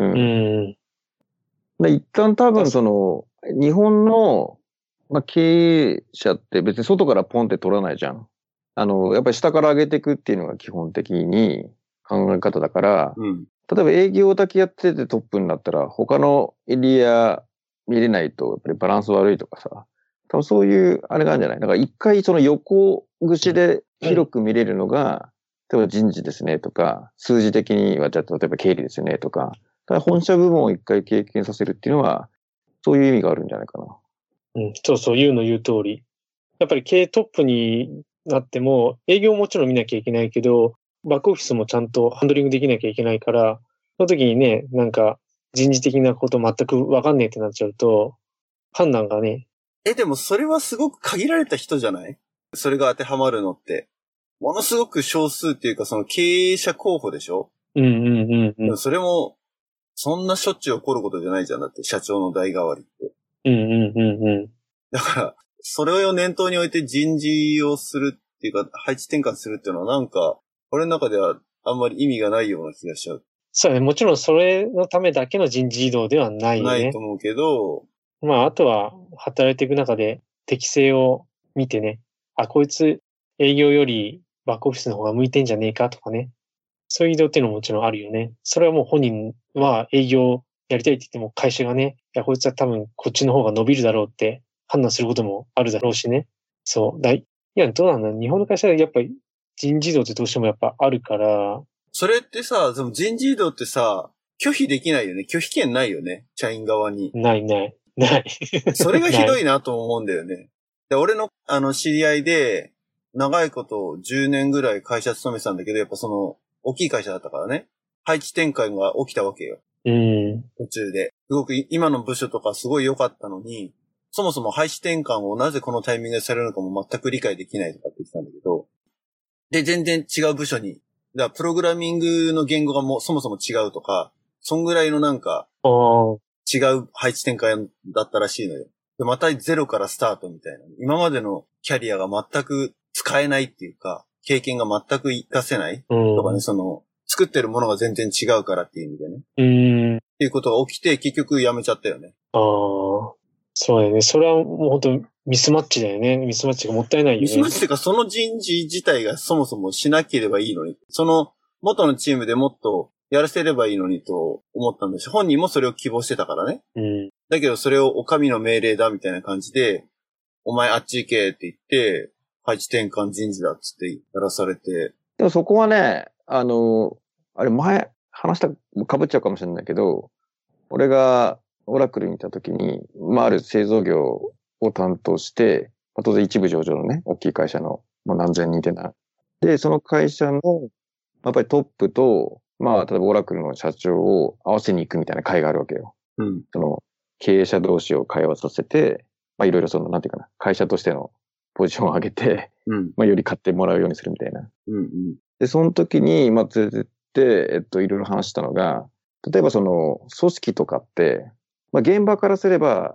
で一旦多分日本の、経営者って別に外からポンって取らないじゃん。やっぱり下から上げていくっていうのが基本的に考え方だから、例えば営業だけやっててトップになったら他のエリア見れないとやっぱりバランス悪いとかさ、多分そういうあれがあるんじゃない？だから一回横串で広く見れるのが、例えば人事ですねとか、数字的にはじゃあ例えば経理ですよねとか、ただ本社部門を一回経験させるっていうのは、そういう意味があるんじゃないかな。 そう、言う通り。やっぱり経営トップになっても、営業ももちろん見なきゃいけないけど、バックオフィスもちゃんとハンドリングできなきゃいけないから、その時にね、人事的なこと全くわかんねえってなっちゃうと、判断がね。 でもそれはすごく限られた人じゃない？それが当てはまるのって。ものすごく少数っていうか、経営者候補でしょ？それも、そんなしょっちゅう起こることじゃないじゃん。だって、社長の代替わりって。だから、それを念頭に置いて人事をするっていうか、配置転換するっていうのは俺の中ではあんまり意味がないような気がしちゃう。 そうね。もちろんそれのためだけの人事異動ではないよね。 ないと思うけど。 あとは、働いていく中で適性を見てね、こいつ営業よりバックオフィスの方が向いてんじゃねえかとかね。そういう移動っていうのももちろんあるよね。それはもう本人は営業やりたいって言っても会社がね、こいつは多分こっちの方が伸びるだろうって判断することもあるだろうしね。そう。どうなんだろう。日本の会社はやっぱり人事異動ってどうしてもやっぱあるから。 それってさ、人事異動ってさ、拒否できないよね。拒否権ないよね。社員側に。 ない。 それがひどいなと思うんだよね。で、俺の知り合いで、長いこと10年ぐらい会社勤めてたんだけど、やっぱ大きい会社だったからね。配置転換が起きたわけよ。途中で。すごく今の部署とかすごい良かったのに、そもそも配置転換をなぜこのタイミングでされるのかも全く理解できないとかって言ってたんだけど、で、全然違う部署に、だからプログラミングの言語がそもそも違うとか、そんぐらいの違う配置転換だったらしいのよ。で、またゼロからスタートみたいな。今までのキャリアが全く使えないっていうか、経験が全く活かせないとかね、作ってるものが全然違うからっていう意味でね。っていうことが起きて、結局辞めちゃったよね。 そうだよね。それはもう本当ミスマッチだよね。ミスマッチがもったいないよね。 ミスマッチっていうか、その人事自体がそもそもしなければいいのに。元のチームでもっとやらせればいいのにと思ったんだし、本人もそれを希望してたからね。だけどそれをお上の命令だみたいな感じで、お前あっち行けって言って、配置転換人事だっつってやらされて。 でもそこはね、あれ前話した、被っちゃうかもしれないけど、俺がオラクルにいた時に、ある製造業を担当して、当然一部上場のね、大きい会社のもう何千人ってな。で、その会社の、やっぱりトップと、例えばオラクルの社長を合わせに行くみたいな会があるわけよ。経営者同士を会話させて、いろいろなんていうかな、会社としてのポジションを上げて、より買ってもらうようにするみたいな。で、その時に、連れてって、いろいろ話したのが、例えば組織とかって、現場からすれば、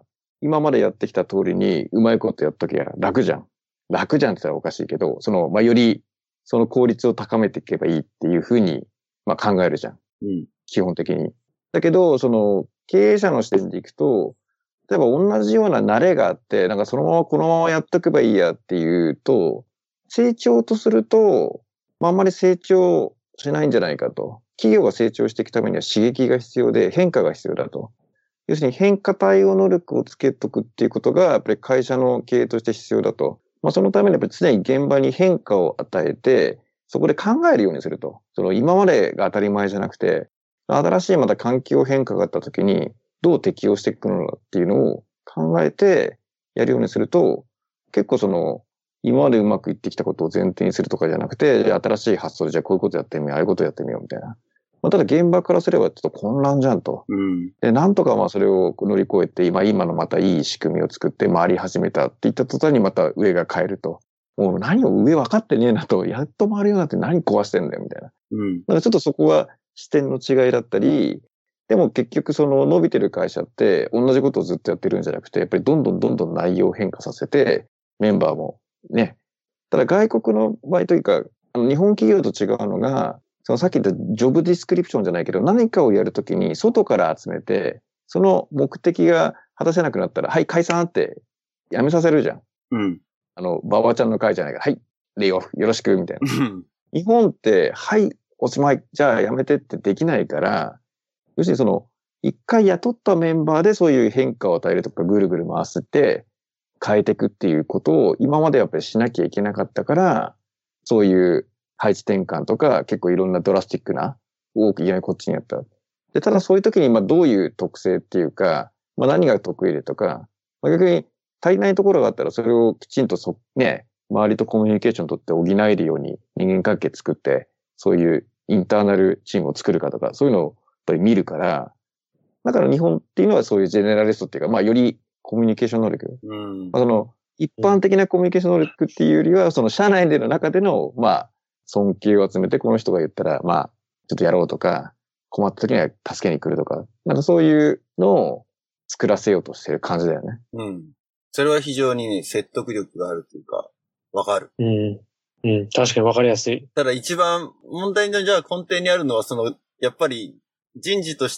今までやってきた通りにうまいことやっときゃ楽じゃん。楽じゃんって言ったらおかしいけど、よりその効率を高めていけばいいっていうふうに、考えるじゃん。 うん。 基本的に。だけど、経営者の視点でいくと、例えば同じような慣れがあって、なんかそのままこのままやっとけばいいやっていうと、成長とすると、あんまり成長しないんじゃないかと。企業が成長していくためには刺激が必要で変化が必要だと。要するに変化対応能力をつけとくっていうことが、やっぱり会社の経営として必要だと。そのためにやっぱり常に現場に変化を与えて、そこで考えるようにすると。今までが当たり前じゃなくて、新しいまた環境変化があった時に、どう適応していくのかっていうのを考えてやるようにすると、結構今までうまくいってきたことを前提にするとかじゃなくて、じゃあ新しい発想でじゃあこういうことやってみよう、ああいうことやってみようみたいな。ただ現場からすればちょっと混乱じゃんと。 うん。 で、なんとかそれを乗り越えて、今のまたいい仕組みを作って回り始めたって言った途端にまた上が変えると。もう何を上分かってねえなと、やっと回るようになって何壊してんだよみたいな。 うん。 だからちょっとそこは視点の違いだったり、でも結局伸びてる会社って同じことをずっとやってるんじゃなくて、やっぱりどんどん内容を変化させて、メンバーもね。ただ外国の場合というか、日本企業と違うのが、さっき言ったジョブディスクリプションじゃないけど、何かをやるときに外から集めて、その目的が果たせなくなったら、はい、解散ってやめさせるじゃん。 うん。 馬場ちゃんの会じゃないから、はい、レイオフ、よろしく、みたいな。日本って、はい、おしまい、じゃあやめてってできないから、要するに一回雇ったメンバーでそういう変化を与えるとか、ぐるぐる回して変えていくっていうことを今までやっぱりしなきゃいけなかったから、そういう配置転換とか結構いろんなドラスティックな多くいきなりこっちにやった。で、ただそういう時にどういう特性っていうか、何が得意でとか、逆に足りないところがあったらそれをきちんと周りとコミュニケーション取って補えるように人間関係作って、そういうインターナルチームを作るかとか、そういうのをやっぱり見るから、だから日本っていうのはそういうジェネラリストっていうか、よりコミュニケーション能力。 うん。 一般的なコミュニケーション能力っていうよりは、社内での中での、尊敬を集めて、この人が言ったら、ちょっとやろうとか、困った時には助けに来るとか、そういうのを作らせようとしてる感じだよね。 うん。それは非常にね、説得力があるというか、わかる。 うん。うん。確かにわかりやすい。 ただ一番問題のじゃあ根底にあるのは、やっぱり人事として、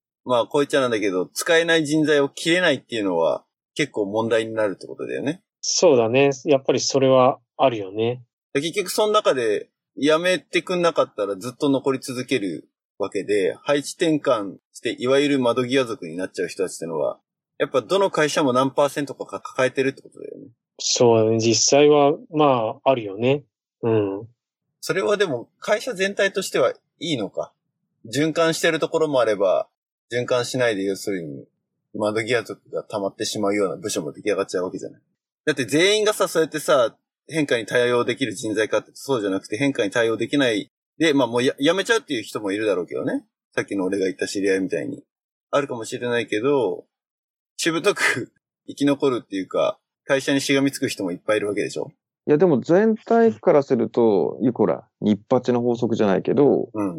こう言っちゃなんだけど、使えない人材を切れないっていうのは結構問題になるってことだよね。 そうだね。やっぱりそれはあるよね。 結局その中で辞めてくんなかったらずっと残り続けるわけで、配置転換して、いわゆる窓際族になっちゃう人たちってのは、やっぱどの会社も何%か抱えてるってことだよね。 そうだね。実際は、あるよね。うん。 それはでも会社全体としてはいいのか。循環してるところもあれば、循環しないで要するに、窓際族が溜まってしまうような部署も出来上がっちゃうわけじゃない。だって全員がさ、そうやってさ、変化に対応できる人材かってそうじゃなくて変化に対応できないで、もうやめちゃうっていう人もいるだろうけどね。さっきの俺が言った知り合いみたいに。あるかもしれないけど、しぶとく生き残るっていうか、会社にしがみつく人もいっぱいいるわけでしょ。 いや、でも全体からすると、日八の法則じゃないけど、 うん。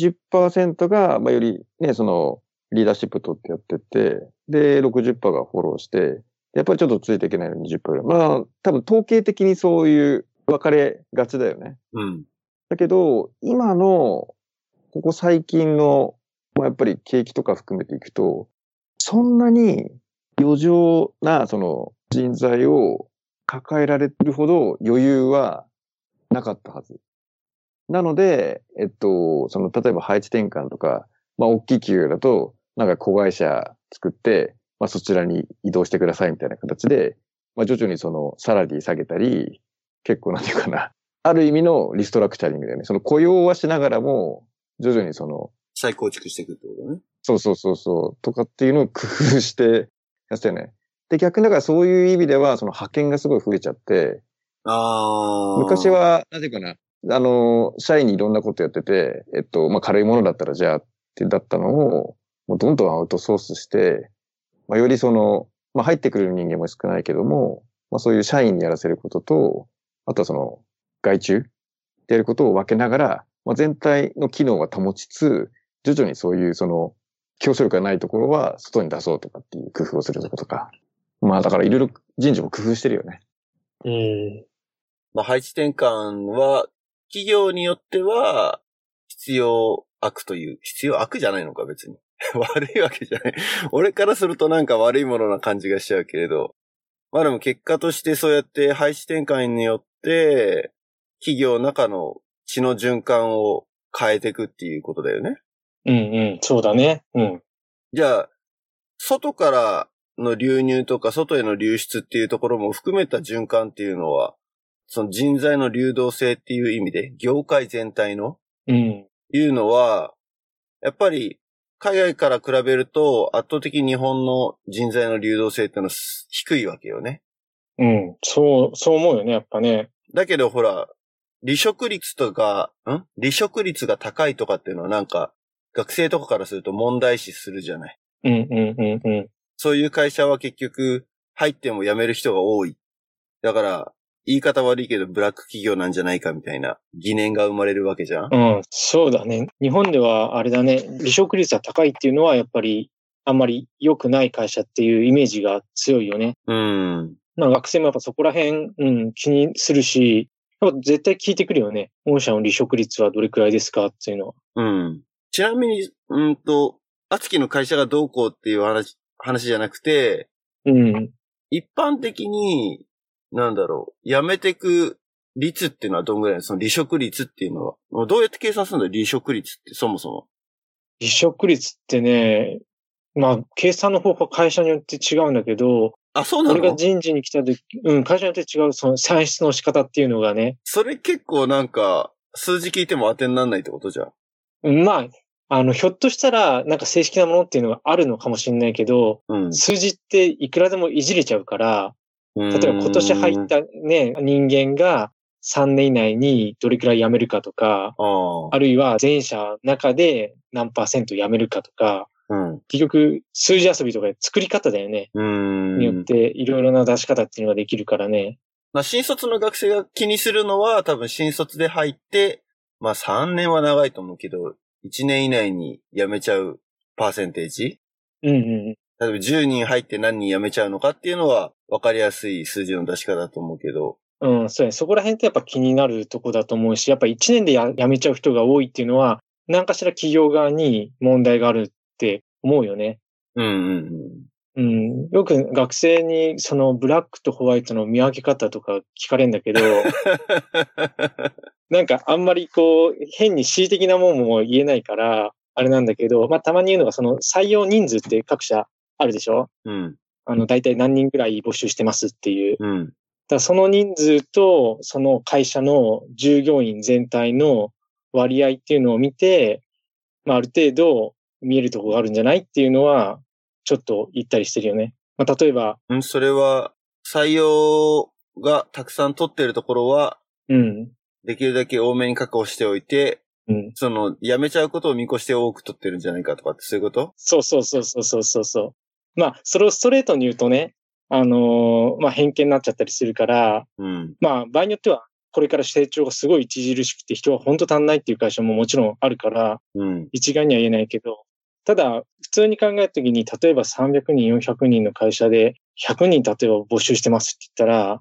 20% が、よりね、リーダーシップ取ってやってて、で、60% がフォローして、やっぱりちょっとついていけないの20%ぐらい。多分統計的にそういう分かれがちだよね。 うん。 だけど、今の、ここ最近の、やっぱり景気とか含めていくと、そんなに余剰な、人材を抱えられるほど余裕はなかったはず。なので、例えば配置転換とか、大きい企業だと、子会社作って、そちらに移動してくださいみたいな形で、徐々にサラリー下げたり、結構なんていうかな、ある意味のリストラクチャリングだよね。雇用はしながらも、徐々に再構築していくってことね。 そう、とかっていうのを工夫してやってたよね。で、逆にだからそういう意味では、派遣がすごい増えちゃって、昔は、なんていうかな、社員にいろんなことやってて、軽いものだったらじゃあってだったのを、もうどんどんアウトソースして、より入ってくる人間も少ないけども、そういう社員にやらせることと、あとは外注でやることを分けながら、全体の機能は保ちつつ、徐々にそういう競争力がないところは外に出そうとかっていう工夫をするとか。 まあだからいろいろ人事も工夫してるよね。 うん。 まあ、配置転換は、企業によっては、必要悪という、必要悪じゃないのか別に。悪いわけじゃない。俺からするとなんか悪いものな感じがしちゃうけれど。まあでも結果としてそうやって配置転換によって、企業の中の血の循環を変えていくっていうことだよね。 うんうん、そうだね。うん。 じゃあ、外からの流入とか外への流出っていうところも含めた循環っていうのは、その人材の流動性っていう意味で、業界全体の、 うん。 いうのは、やっぱり海外から比べると圧倒的に日本の人材の流動性っていうのは低いわけよね。 うん。そう思うよね、やっぱね。 だけどほら、離職率が高いとかっていうのはなんか、学生とかからすると問題視するじゃない。 うんうんうんうん。 そういう会社は結局、入っても辞める人が多い。だから、言い方悪いけどブラック企業なんじゃないかみたいな疑念が生まれるわけじゃん。 うん、そうだね。日本ではあれだね、離職率が高いっていうのはやっぱりあんまり良くない会社っていうイメージが強いよね。 うん。 まあ学生もやっぱそこら辺、気にするし、やっぱ絶対聞いてくるよね。御社の離職率はどれくらいですかっていうのは。 うん。ちなみに、あつきの会社がどうこうっていう話じゃなくて、 うん。 一般的に、辞めてく率っていうのはどんぐらいなの？その離職率っていうのは。どうやって計算するんだ離職率ってそもそも。 離職率ってね、まあ、計算の方法は会社によって違うんだけど、 あ、そうなの？ 俺が人事に来た時、会社によって違う、その算出の仕方っていうのがね。 それ結構数字聞いても当てにならないってことじゃん。 まあ、ひょっとしたら、なんか正式なものっていうのがあるのかもしれないけど、数字っていくらでもいじれちゃうから、例えば今年入ったね、人間が3年以内にどれくらい辞めるかとか、あるいは前者の中で何%辞めるかとか、結局数字遊びとか作り方だよね。によっていろいろな出し方っていうのができるからね。 まあ、新卒の学生が気にするのは多分新卒で入って、まあ3年は長いと思うけど、1年以内に辞めちゃうパーセンテージ？例えば10人入って何人辞めちゃうのかっていうのは分かりやすい数字の出し方だと思うけど。 そうね。そこら辺ってやっぱ気になるとこだと思うし、やっぱ1年で辞めちゃう人が多いっていうのは、何かしら企業側に問題があるって思うよね。よく学生にそのブラックとホワイトの見分け方とか聞かれるんだけど、なんかあんまりこう変に恣意的なもんも言えないから、あれなんだけど、まあたまに言うのがその採用人数って各社あるでしょ？大体何人くらい募集してますっていう。だからその人数とその会社の従業員全体の割合っていうのを見て、まあある程度見えるところがあるんじゃないっていうのは、ちょっと言ったりしてるよね。まあ、例えば。 それは、採用がたくさん取っているところは、できるだけ多めに確保しておいて、辞めちゃうことを見越して多く取ってるんじゃないかとかってそういうこと？ そう。まあ、それをストレートに言うとね、まあ偏見になっちゃったりするから、まあ場合によっては、これから成長がすごい著しくて人は本当足んないっていう会社ももちろんあるから、一概には言えないけど、ただ、普通に考えたときに、例えば300人、400人の会社で、100人例えば募集してますって言ったら、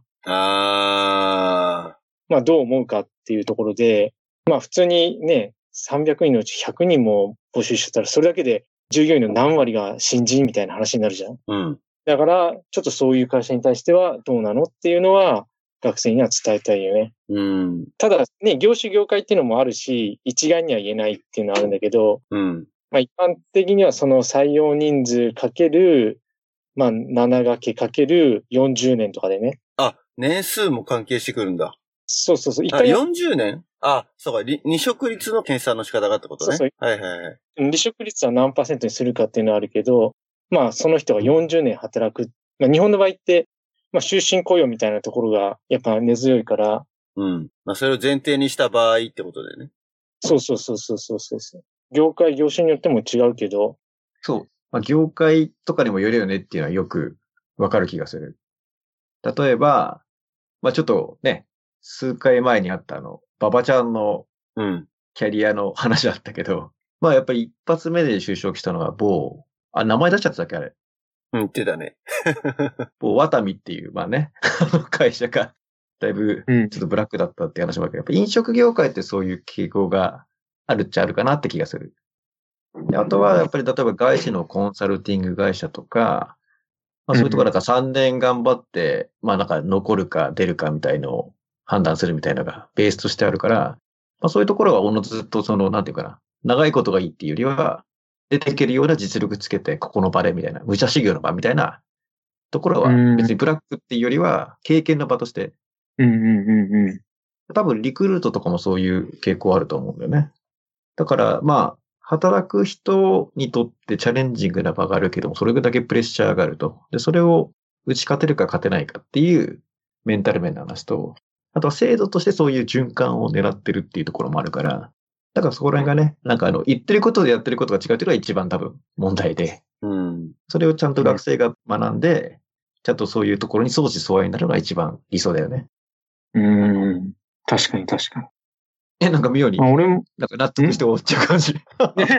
まあどう思うかっていうところで、まあ普通にね、300人のうち100人も募集してたら、それだけで従業員の何割が新人みたいな話になるじゃん。だから、ちょっとそういう会社に対してはどうなのっていうのは、学生には伝えたいよね。ただね、業種業界っていうのもあるし、一概には言えないっていうのはあるんだけど、まあ一般的にはその採用人数かける、まあ7掛けかける40年とかでね。 あ、年数も関係してくるんだ。 そう。 40年？そうか、離職率の計算の仕方がってことね。はい。 離職率は何%にするかっていうのはあるけど、まあその人が40年働く。まあ日本の場合って、まあ終身雇用みたいなところがやっぱ根強いから。 まあそれを前提にした場合ってことだよね。 そう。業種によっても違うけど。 そう。まあ業界とかにもよるよねっていうのはよくわかる気がする。例えば、まあちょっとね、数回前にあった馬場ちゃんのキャリアの話だったけど、まあやっぱり一発目で就職したのが名前出しちゃってたっけあれ。 言ってたね。 ワタミっていう、まあね、会社が、だいぶ、ちょっとブラックだったって話もあるけど、やっぱ飲食業界ってそういう傾向があるっちゃあるかなって気がする。であとは、やっぱり例えば外資のコンサルティング会社とか、まあそういうところなんか3年頑張って、まあなんか残るか出るかみたいのを判断するみたいなのがベースとしてあるから、まあそういうところはおのずっとなんていうかな、長いことがいいっていうよりは、出ていけるような実力つけて、ここの場でみたいな、武者修行の場みたいなところは、別にブラックっていうよりは、経験の場として、多分リクルートとかもそういう傾向あると思うんだよね。だから、まあ、働く人にとってチャレンジングな場があるけども、それだけプレッシャーがあると。で、それを打ち勝てるか勝てないかっていうメンタル面の話と、あとは制度としてそういう循環を狙ってるっていうところもあるから、だからそこら辺がね、なんか言ってることでやってることが違うっていうのが一番多分問題で、それをちゃんと学生が学んで、ちゃんとそういうところに相思相愛になるのが一番理想だよね。 確かに確かに。なんか妙に、俺もなんか納得して終わっちゃう感じ。い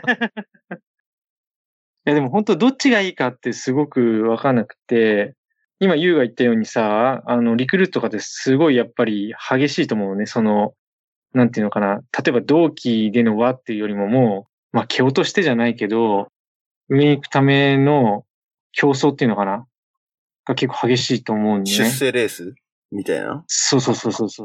やでも本当どっちがいいかってすごくわかんなくて、今ユウが言ったようにさ、リクルートとかですごいやっぱり激しいと思うね。なんていうのかな。例えば同期での輪っていうよりももう、まあ蹴落としてじゃないけど、上に行くための競争っていうのかな。が結構激しいと思うんね。 出世レースみたいな。 そう。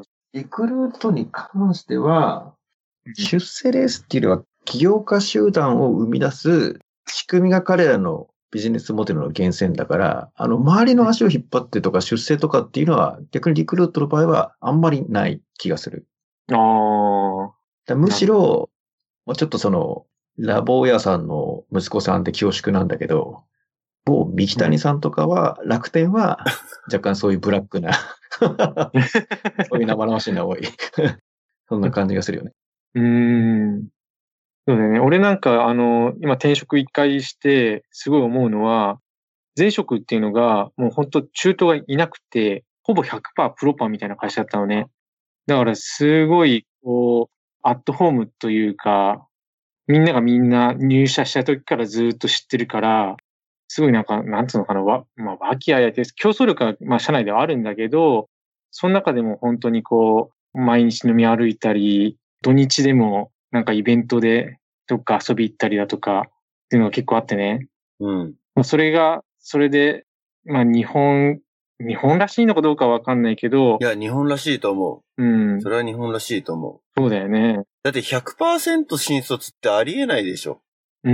リクルートに関しては、出世レースっていうよりは、起業家集団を生み出す仕組みが彼らのビジネスモデルの源泉だから、周りの足を引っ張ってとか出世とかっていうのは、逆にリクルートの場合はあんまりない気がする。むしろ、ちょっとラボ屋さんの息子さんって恐縮なんだけど、某三木谷さんとかは、楽天は若干そういうブラックな、そういう生々しいな多い。そんな感じがするよね。 そうだよね。俺なんか、今転職一回して、すごい思うのは、前職っていうのが、もう本当中途がいなくて、ほぼ 100% プロパンみたいな会社だったのね。だからすごい、アットホームというか、みんながみんな入社した時からずっと知ってるから、すごいなんか、なんつうのかな、和気あいあいです。競争力は、まあ、社内ではあるんだけど、その中でも本当に毎日飲み歩いたり、土日でもなんかイベントでどっか遊び行ったりだとかっていうのが結構あってね。それで、まあ日本らしいのかどうかはわかんないけど。 いや、日本らしいと思う。それは日本らしいと思う。そうだよね。 だって 100% 新卒ってありえないでしょ。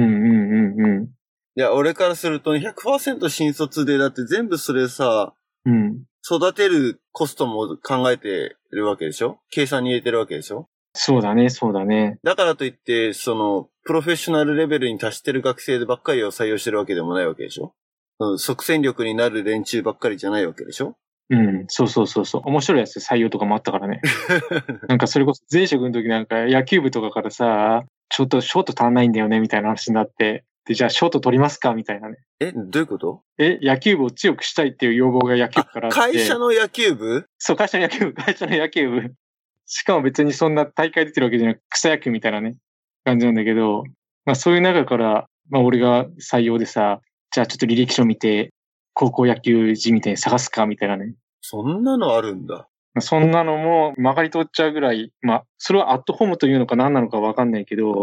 いや、俺からすると 100% 新卒で、だって全部それさ、育てるコストも考えてるわけでしょ？計算に入れてるわけでしょ？ そうだね。 だからといって、プロフェッショナルレベルに達してる学生ばっかりを採用してるわけでもないわけでしょ？即戦力になる連中ばっかりじゃないわけでしょ？ そう。面白いやつ採用とかもあったからね。なんかそれこそ前職の時なんか野球部とかからさ、ちょっとショート足んないんだよねみたいな話になって、で、じゃあショート取りますかみたいなね。 どういうこと？ 野球部を強くしたいっていう要望が野球部からあって。 会社の野球部？ そう、会社の野球部。しかも別にそんな大会出てるわけじゃなく、草野球みたいなね、感じなんだけど、まあそういう中から、まあ俺が採用でさ、じゃあちょっと履歴書見て、高校野球児みたいに探すかみたいなね。 そんなのあるんだ。 そんなのも曲がり通っちゃうぐらい、まあ、それはアットホームというのか何なのかわかんないけど。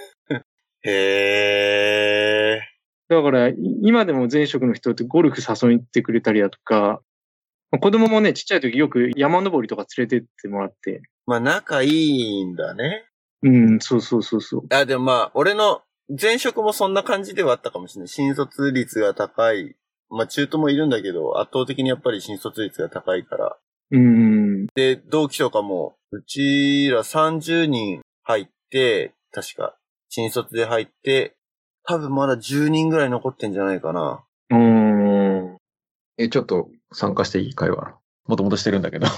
へー。 だから、今でも前職の人ってゴルフ誘いに行ってくれたりだとか、子供もね、ちっちゃい時よく山登りとか連れてってもらって。 まあ、仲いいんだね。 そう。 でもまあ、俺の前職もそんな感じではあったかもしれない。新卒率が高い。まあ、中途もいるんだけど、圧倒的にやっぱり新卒率が高いから。で、同期とかも、うちら30人入って、確か、新卒で入って、多分まだ10人ぐらい残ってんじゃないかな。 ちょっと参加していい会話。もともとしてるんだけど。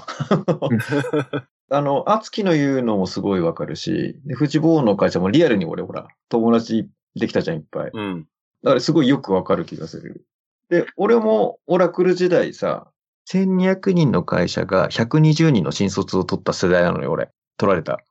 あつきの言うのもすごいわかるし、で、フジボーの会社もリアルに俺ほら、友達できたじゃん、いっぱい。だからすごいよくわかる気がする。で、俺もオラクル時代さ、1200人の会社が120人の新卒を取った世代なのよ、俺。取られた。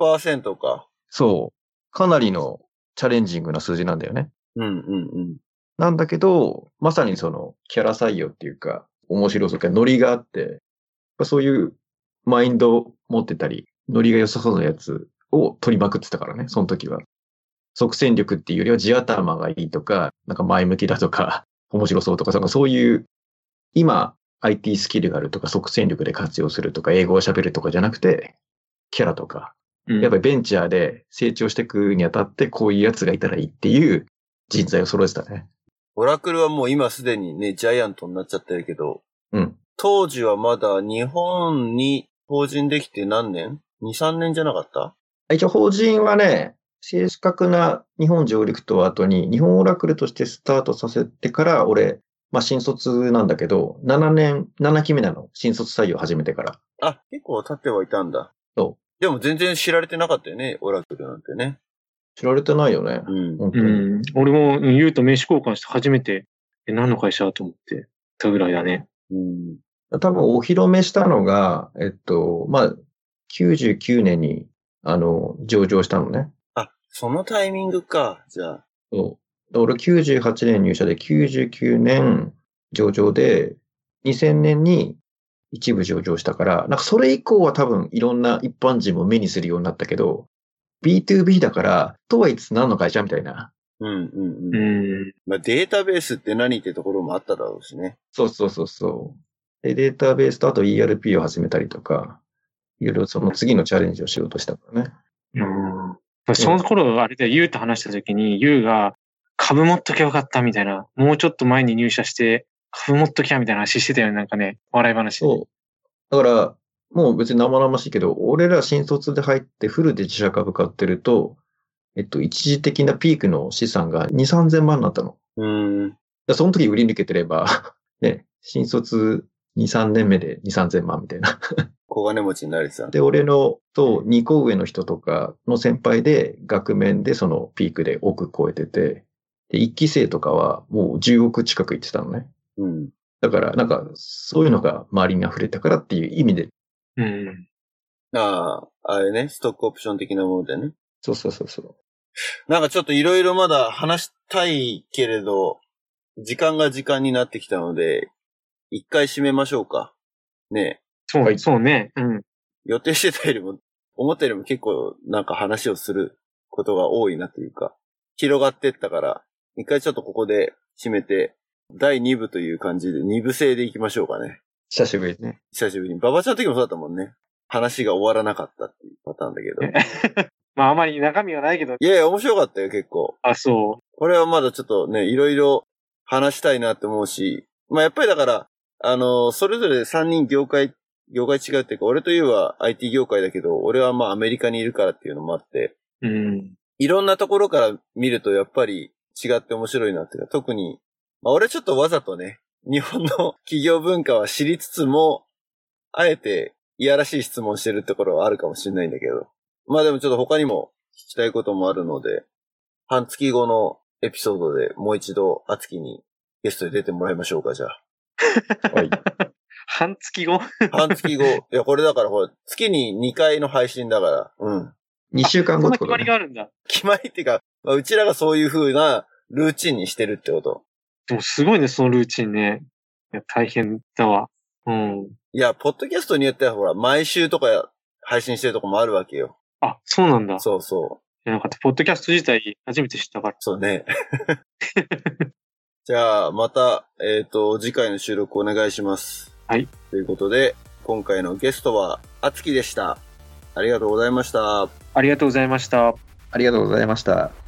10% か。 そう。かなりのチャレンジングな数字なんだよね。 なんだけど、まさにそのキャラ採用っていうか、面白そうか、ノリがあって、そういうマインドを持ってたり、ノリが良さそうなやつを取りまくってたからね、その時は。即戦力っていうよりは地頭がいいとか、なんか前向きだとか、面白そうとか、そういう、今 IT スキルがあるとか、即戦力で活用するとか、英語を喋るとかじゃなくて、キャラとか、やっぱりベンチャーで成長していくにあたって、こういうやつがいたらいいっていう人材を揃えてたね。 オラクルはもう今すでにね、ジャイアントになっちゃってるけど、 うん。 当時はまだ日本に法人できて何年 ?2、3年じゃなかった？ 一応法人はね、正確な日本上陸と後に、日本オラクルとしてスタートさせてから、俺、新卒なんだけど、7期目なの。新卒採用始めてから。 あ、結構経ってはいたんだ。 そう。 でも全然知られてなかったよね、オラクルなんてね。 知られてないよね。本当に。 俺も、ユウと名刺交換して初めて、何の会社と思ってたぐらいだね。 多分お披露目したのが、99年に、上場したのね。 あ、そのタイミングか、じゃあ。 そう。俺98年入社で99年上場で、2000年に一部上場したから、なんかそれ以降は多分いろんな一般人も目にするようになったけど、B2B だから、とはいつ何の会社みたいな。 データベースって何ってところもあっただろうしね。 そう。で、データベースとあと ERP を始めたりとか、いろいろその次のチャレンジをしようとしたからね。 その頃、あれでユウと話した時に、ユウが株持っときゃよかったみたいな、もうちょっと前に入社して株持っときゃみたいな話してたよね、なんかね、笑い話。 そう。だから、もう別に生々しいけど、俺ら新卒で入ってフルで自社株買ってると、一時的なピークの資産が2、3000万になったの。その時売り抜けてれば、ね、新卒2、3年目で2、3000万みたいな。 小金持ちになれてた。 で、俺のと2個上の人とかの先輩で、額面でそのピークで億超えてて、で、1期生とかはもう10億近くいってたのね。だから、なんか、そういうのが周りに溢れたからっていう意味で。 あれね、ストックオプション的なものでね。 そう。 なんかちょっといろいろまだ話したいけれど、時間が時間になってきたので、一回締めましょうか。ねえ。そうね。 予定してたよりも、思ったよりも結構なんか話をすることが多いなというか、広がってったから、一回ちょっとここで締めて、第2部という感じで2部制でいきましょうかね。 久しぶりね。 久しぶりに。馬場ちゃんの時もそうだったもんね。話が終わらなかったっていうパターンだけど。 あまり中身はないけど。 いや、面白かったよ、結構。 あ、そう。 これはまだちょっとね、いろいろ話したいなって思うし、やっぱりだから、それぞれ3人業界違うっていうか、俺というは IT 業界だけど、俺はアメリカにいるからっていうのもあって、いろんなところから見るとやっぱり違って面白いなっていうか、特に、俺ちょっとわざとね、日本の企業文化は知りつつも、あえていやらしい質問してるところはあるかもしれないんだけど、でもちょっと他にも聞きたいこともあるので、半月後のエピソードでもう一度、あつきにゲストで出てもらいましょうか、じゃあ。 はい。半月後半月後。いや、これだから、月に2回の配信だから。 2週間後ってことね。決まりがあるんだ。 決まりっていうか、うちらがそういう風なルーチンにしてるってこと。 でもすごいね、そのルーチンね。いや、大変だわ。 いや、ポッドキャストによっては毎週とか配信してるとこもあるわけよ。 あ、そうなんだ。 そう。 なんか、ポッドキャスト自体初めて知ったから。 そうね。じゃあ、また、次回の収録お願いします。 はい。 ということで、今回のゲストは、あつきでした。ありがとうございました。 ありがとうございました。 ありがとうございました。